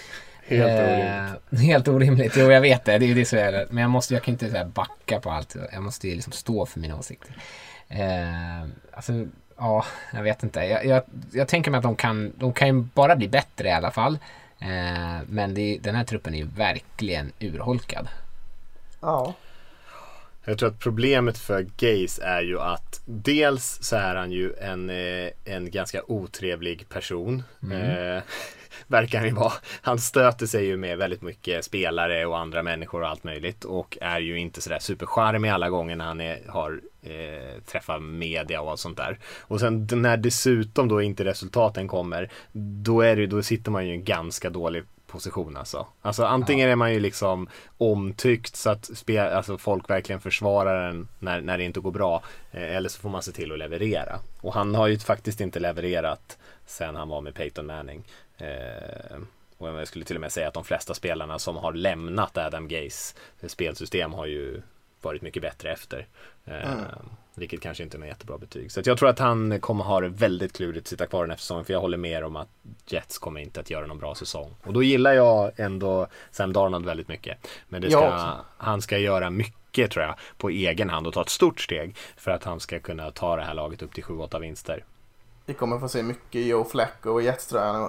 Helt eh, orimligt. Helt orimligt, jo jag vet det, det är ju det så är. Men jag, måste, jag kan inte så här backa på allt. Jag måste ju liksom stå för mina åsikter. Eh, alltså, ja, jag vet inte. Jag, jag, jag tänker mig att de kan, de kan ju bara bli bättre i alla fall. Eh, men det, den här truppen är ju verkligen urholkad. Ja. Jag tror att problemet för Gase är ju att dels så är han ju en, en ganska otrevlig person. Mm. Eh, verkar han ju vara. Han stöter sig ju med väldigt mycket spelare och andra människor och allt möjligt. Och är ju inte sådär supercharmig alla gånger när han är, har eh, träffat media och allt sånt där. Och sen när dessutom då inte resultaten kommer, då, är det, då sitter man ju i en ganska dålig position alltså. Alltså antingen är man ju liksom omtyckt så att spel, alltså folk verkligen försvarar den när, när det inte går bra, eh, eller så får man se till att leverera. Och han har ju faktiskt inte levererat sen han var med Peyton Manning. Eh, och jag skulle till och med säga att de flesta spelarna som har lämnat Adam Gase spelsystem har ju varit mycket bättre efter. Eh, mm. Vilket kanske inte är något jättebra betyg. Så att jag tror att han kommer ha det väldigt klurigt att sitta kvar den här säsongen. För jag håller med om att Jets kommer inte att göra någon bra säsong. Och då gillar jag ändå Sam Darnold väldigt mycket. Men det ska, han ska göra mycket tror jag på egen hand och ta ett stort steg för att han ska kunna ta det här laget upp till sju åtta vinster. Vi kommer få se mycket Joe Flacco och Jets tror jag nu.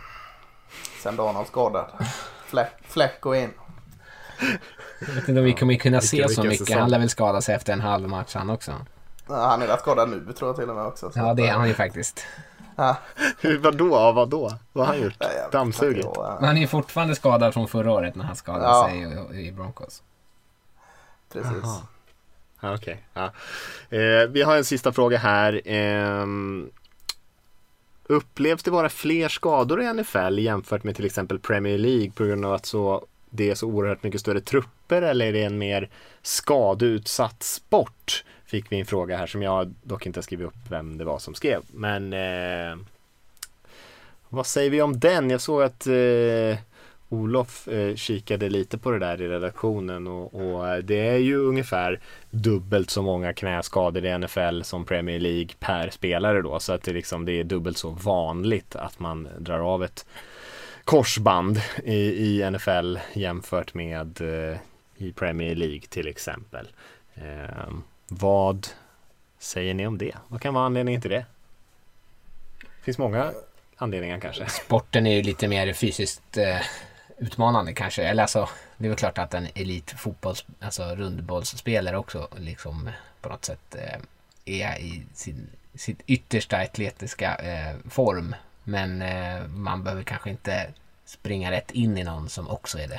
Sam Darnold skadad. Fleck, Flacco in. Jag vet inte om vi kommer kunna se vilka, så vilka mycket. säsong. Han lär väl skada sig efter en halv match han också. Ja, han är rätt skadad nu tror jag till och med också. Ja, det är han ju faktiskt. Ja. Vadå? Ja, vadå? Vad har han gjort? Dammsugit? Ja. Han är ju fortfarande skadad från förra året när han skadade Ja. sig i, i Broncos. Precis. Ja, okej. Okay. Ja. Eh, vi har en sista fråga här. Eh, upplevs det vara fler skador i N F L jämfört med till exempel Premier League på grund av att så, det är så oerhört mycket större trupper, eller är det en mer skadeutsatt sport? Fick vi en fråga här som jag dock inte har skrivit upp vem det var som skrev. Men eh, vad säger vi om den? Jag såg att eh, Olof eh, kikade lite på det där i redaktionen och, och det är ju ungefär dubbelt så många knäskador i N F L som Premier League per spelare då, så att det, liksom, det är dubbelt så vanligt att man drar av ett korsband i, i N F L jämfört med eh, i Premier League till exempel. Eh, vad säger ni om det? Vad kan vara anledningen till det? Det finns många anledningar kanske. Sporten är ju lite mer fysiskt eh, utmanande kanske. Eller alltså, det är väl klart att en elitfotbolls, alltså rundbollsspelare också liksom på något sätt eh, är i sin, sitt yttersta atletiska eh, form. Men eh, man behöver kanske inte springa rätt in i någon som också är det.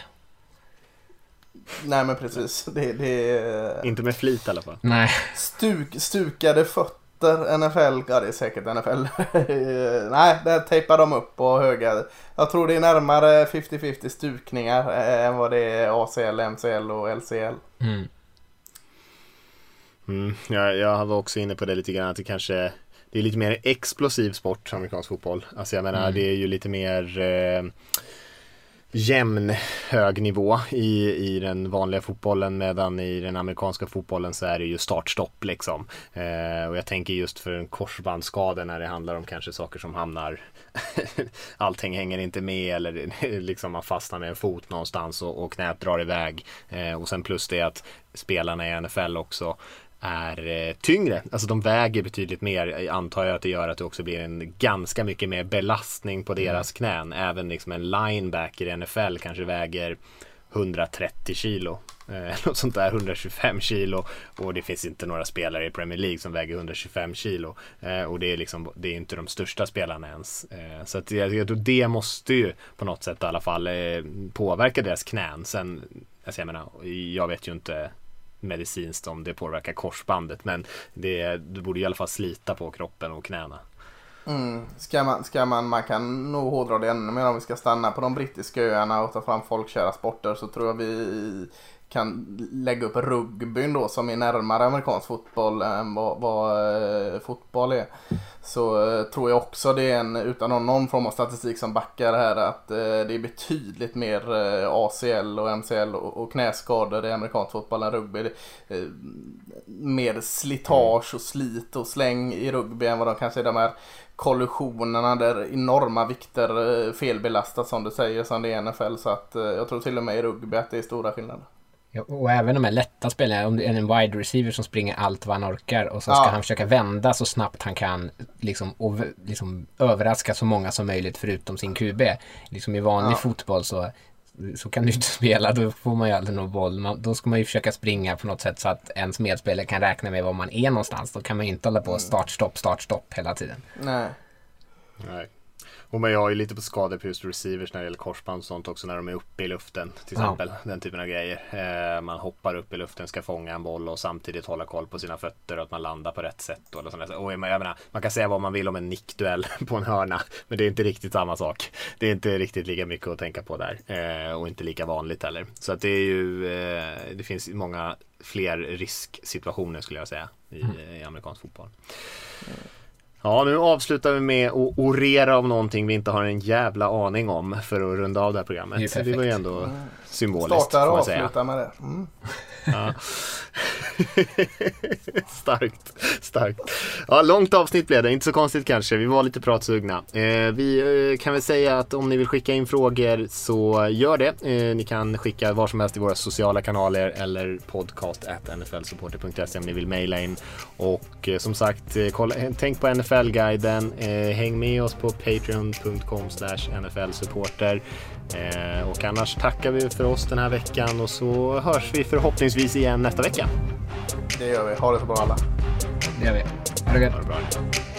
Nej men precis. Det, det... Inte med flit i alla fall. Nej. Stuk, stukade fötter N F L. Ja det är säkert N F L. Nej, där tejpar de upp på höga. Jag tror det är närmare femtio femtio stukningar än vad det är A C L, M C L och L C L. Mm. Mm, jag, jag var också inne på det lite grann att det kanske det är lite mer explosiv sport, amerikansk fotboll. Alltså jag menar mm. det är ju lite mer eh, jämn hög nivå i, i den vanliga fotbollen, medan i den amerikanska fotbollen så är det ju startstopp liksom. Eh, och jag tänker just för en korsbandsskada när det handlar om kanske saker som hamnar allting hänger inte med, eller liksom man fastnar med en fot någonstans och, och knät drar iväg. Eh, och sen plus det att spelarna i N F L också är eh, tyngre, alltså de väger betydligt mer, antar jag att det gör att det också blir en ganska mycket mer belastning på deras knän. Även liksom en linebacker i N F L kanske väger hundratrettio kilo eh, något sånt där, hundratjugofem kilo, och det finns inte några spelare i Premier League som väger hundratjugofem kilo eh, och det är liksom, det är inte de största spelarna ens, eh, så att jag, jag tror det måste ju på något sätt i alla fall eh, påverka deras knän. Sen, alltså jag menar, jag vet ju inte medicinskt om det påverkar korsbandet, men det, du borde i alla fall slita på kroppen och knäna. Mm. Ska man, ska man, man kan nog hårdra det ännu mer om vi ska stanna på de brittiska öarna och ta fram folkkära sporter, så tror jag vi kan lägga upp rugbyn då som är närmare amerikansk fotboll än vad, vad eh, fotboll är, så eh, tror jag också det är en, utan någon, någon form av statistik som backar det här, att eh, det är betydligt mer eh, A C L och M C L och, och knäskador i amerikansk fotboll än rugby. Det, eh, mer slitage och slit och släng i rugby än vad de kanske är de här kollisionerna där enorma vikter felbelastas som du säger som det är i N F L, så att jag tror till och med i rugby att det är stora skillnader. Ja, och även de här lätta spelarna, om det är en wide receiver som springer allt vad han orkar och så ska ja. han försöka vända så snabbt han kan liksom, och liksom överraska så många som möjligt förutom sin Q B. Liksom i vanlig ja. fotboll så så kan du inte spela, då får man ju aldrig någon boll. Man, då ska man ju försöka springa på något sätt så att ens medspelare kan räkna med var man är någonstans. Då kan man ju inte hålla på start, stopp, start, stopp hela tiden. Nej. Nej. Och man har ju lite på skador på just receivers när det gäller korsband och sånt också när de är uppe i luften till exempel, ja. den typen av grejer. Eh, man hoppar upp i luften, ska fånga en boll och samtidigt hålla koll på sina fötter och att man landar på rätt sätt. Och sånt där. Och jag menar, man kan säga vad man vill om en nickduell på en hörna, men det är inte riktigt samma sak. Det är inte riktigt lika mycket att tänka på där eh, och inte lika vanligt heller. Så att det är ju, eh, det finns många fler risksituationer skulle jag säga i, mm. i amerikansk fotboll. Mm. Ja, nu avslutar vi med att orera om någonting vi inte har en jävla aning om för att runda av det här programmet. Det, det var ju ändå mm. symboliskt. Startar och avslutar med det. Mm. Ja. starkt, starkt. Ja, långt avsnitt blev det, inte så konstigt kanske. Vi var lite pratsugna. Eh, vi eh, kan väl säga att om ni vill skicka in frågor så gör det. Eh, ni kan skicka var som helst i våra sociala kanaler eller podcast at n f l supporter punkt s e om ni vill mejla in. Och eh, som sagt, eh, kolla, tänk på N F L-guiden. Eh, häng med oss på patreon punkt com slash n f l supporter. Eh, och annars tackar vi för oss den här veckan och så hörs vi förhoppningsvis igen nästa vecka. Det gör vi. Ha det så bra alla. Det gör vi. Ha det gött. Ha det bra.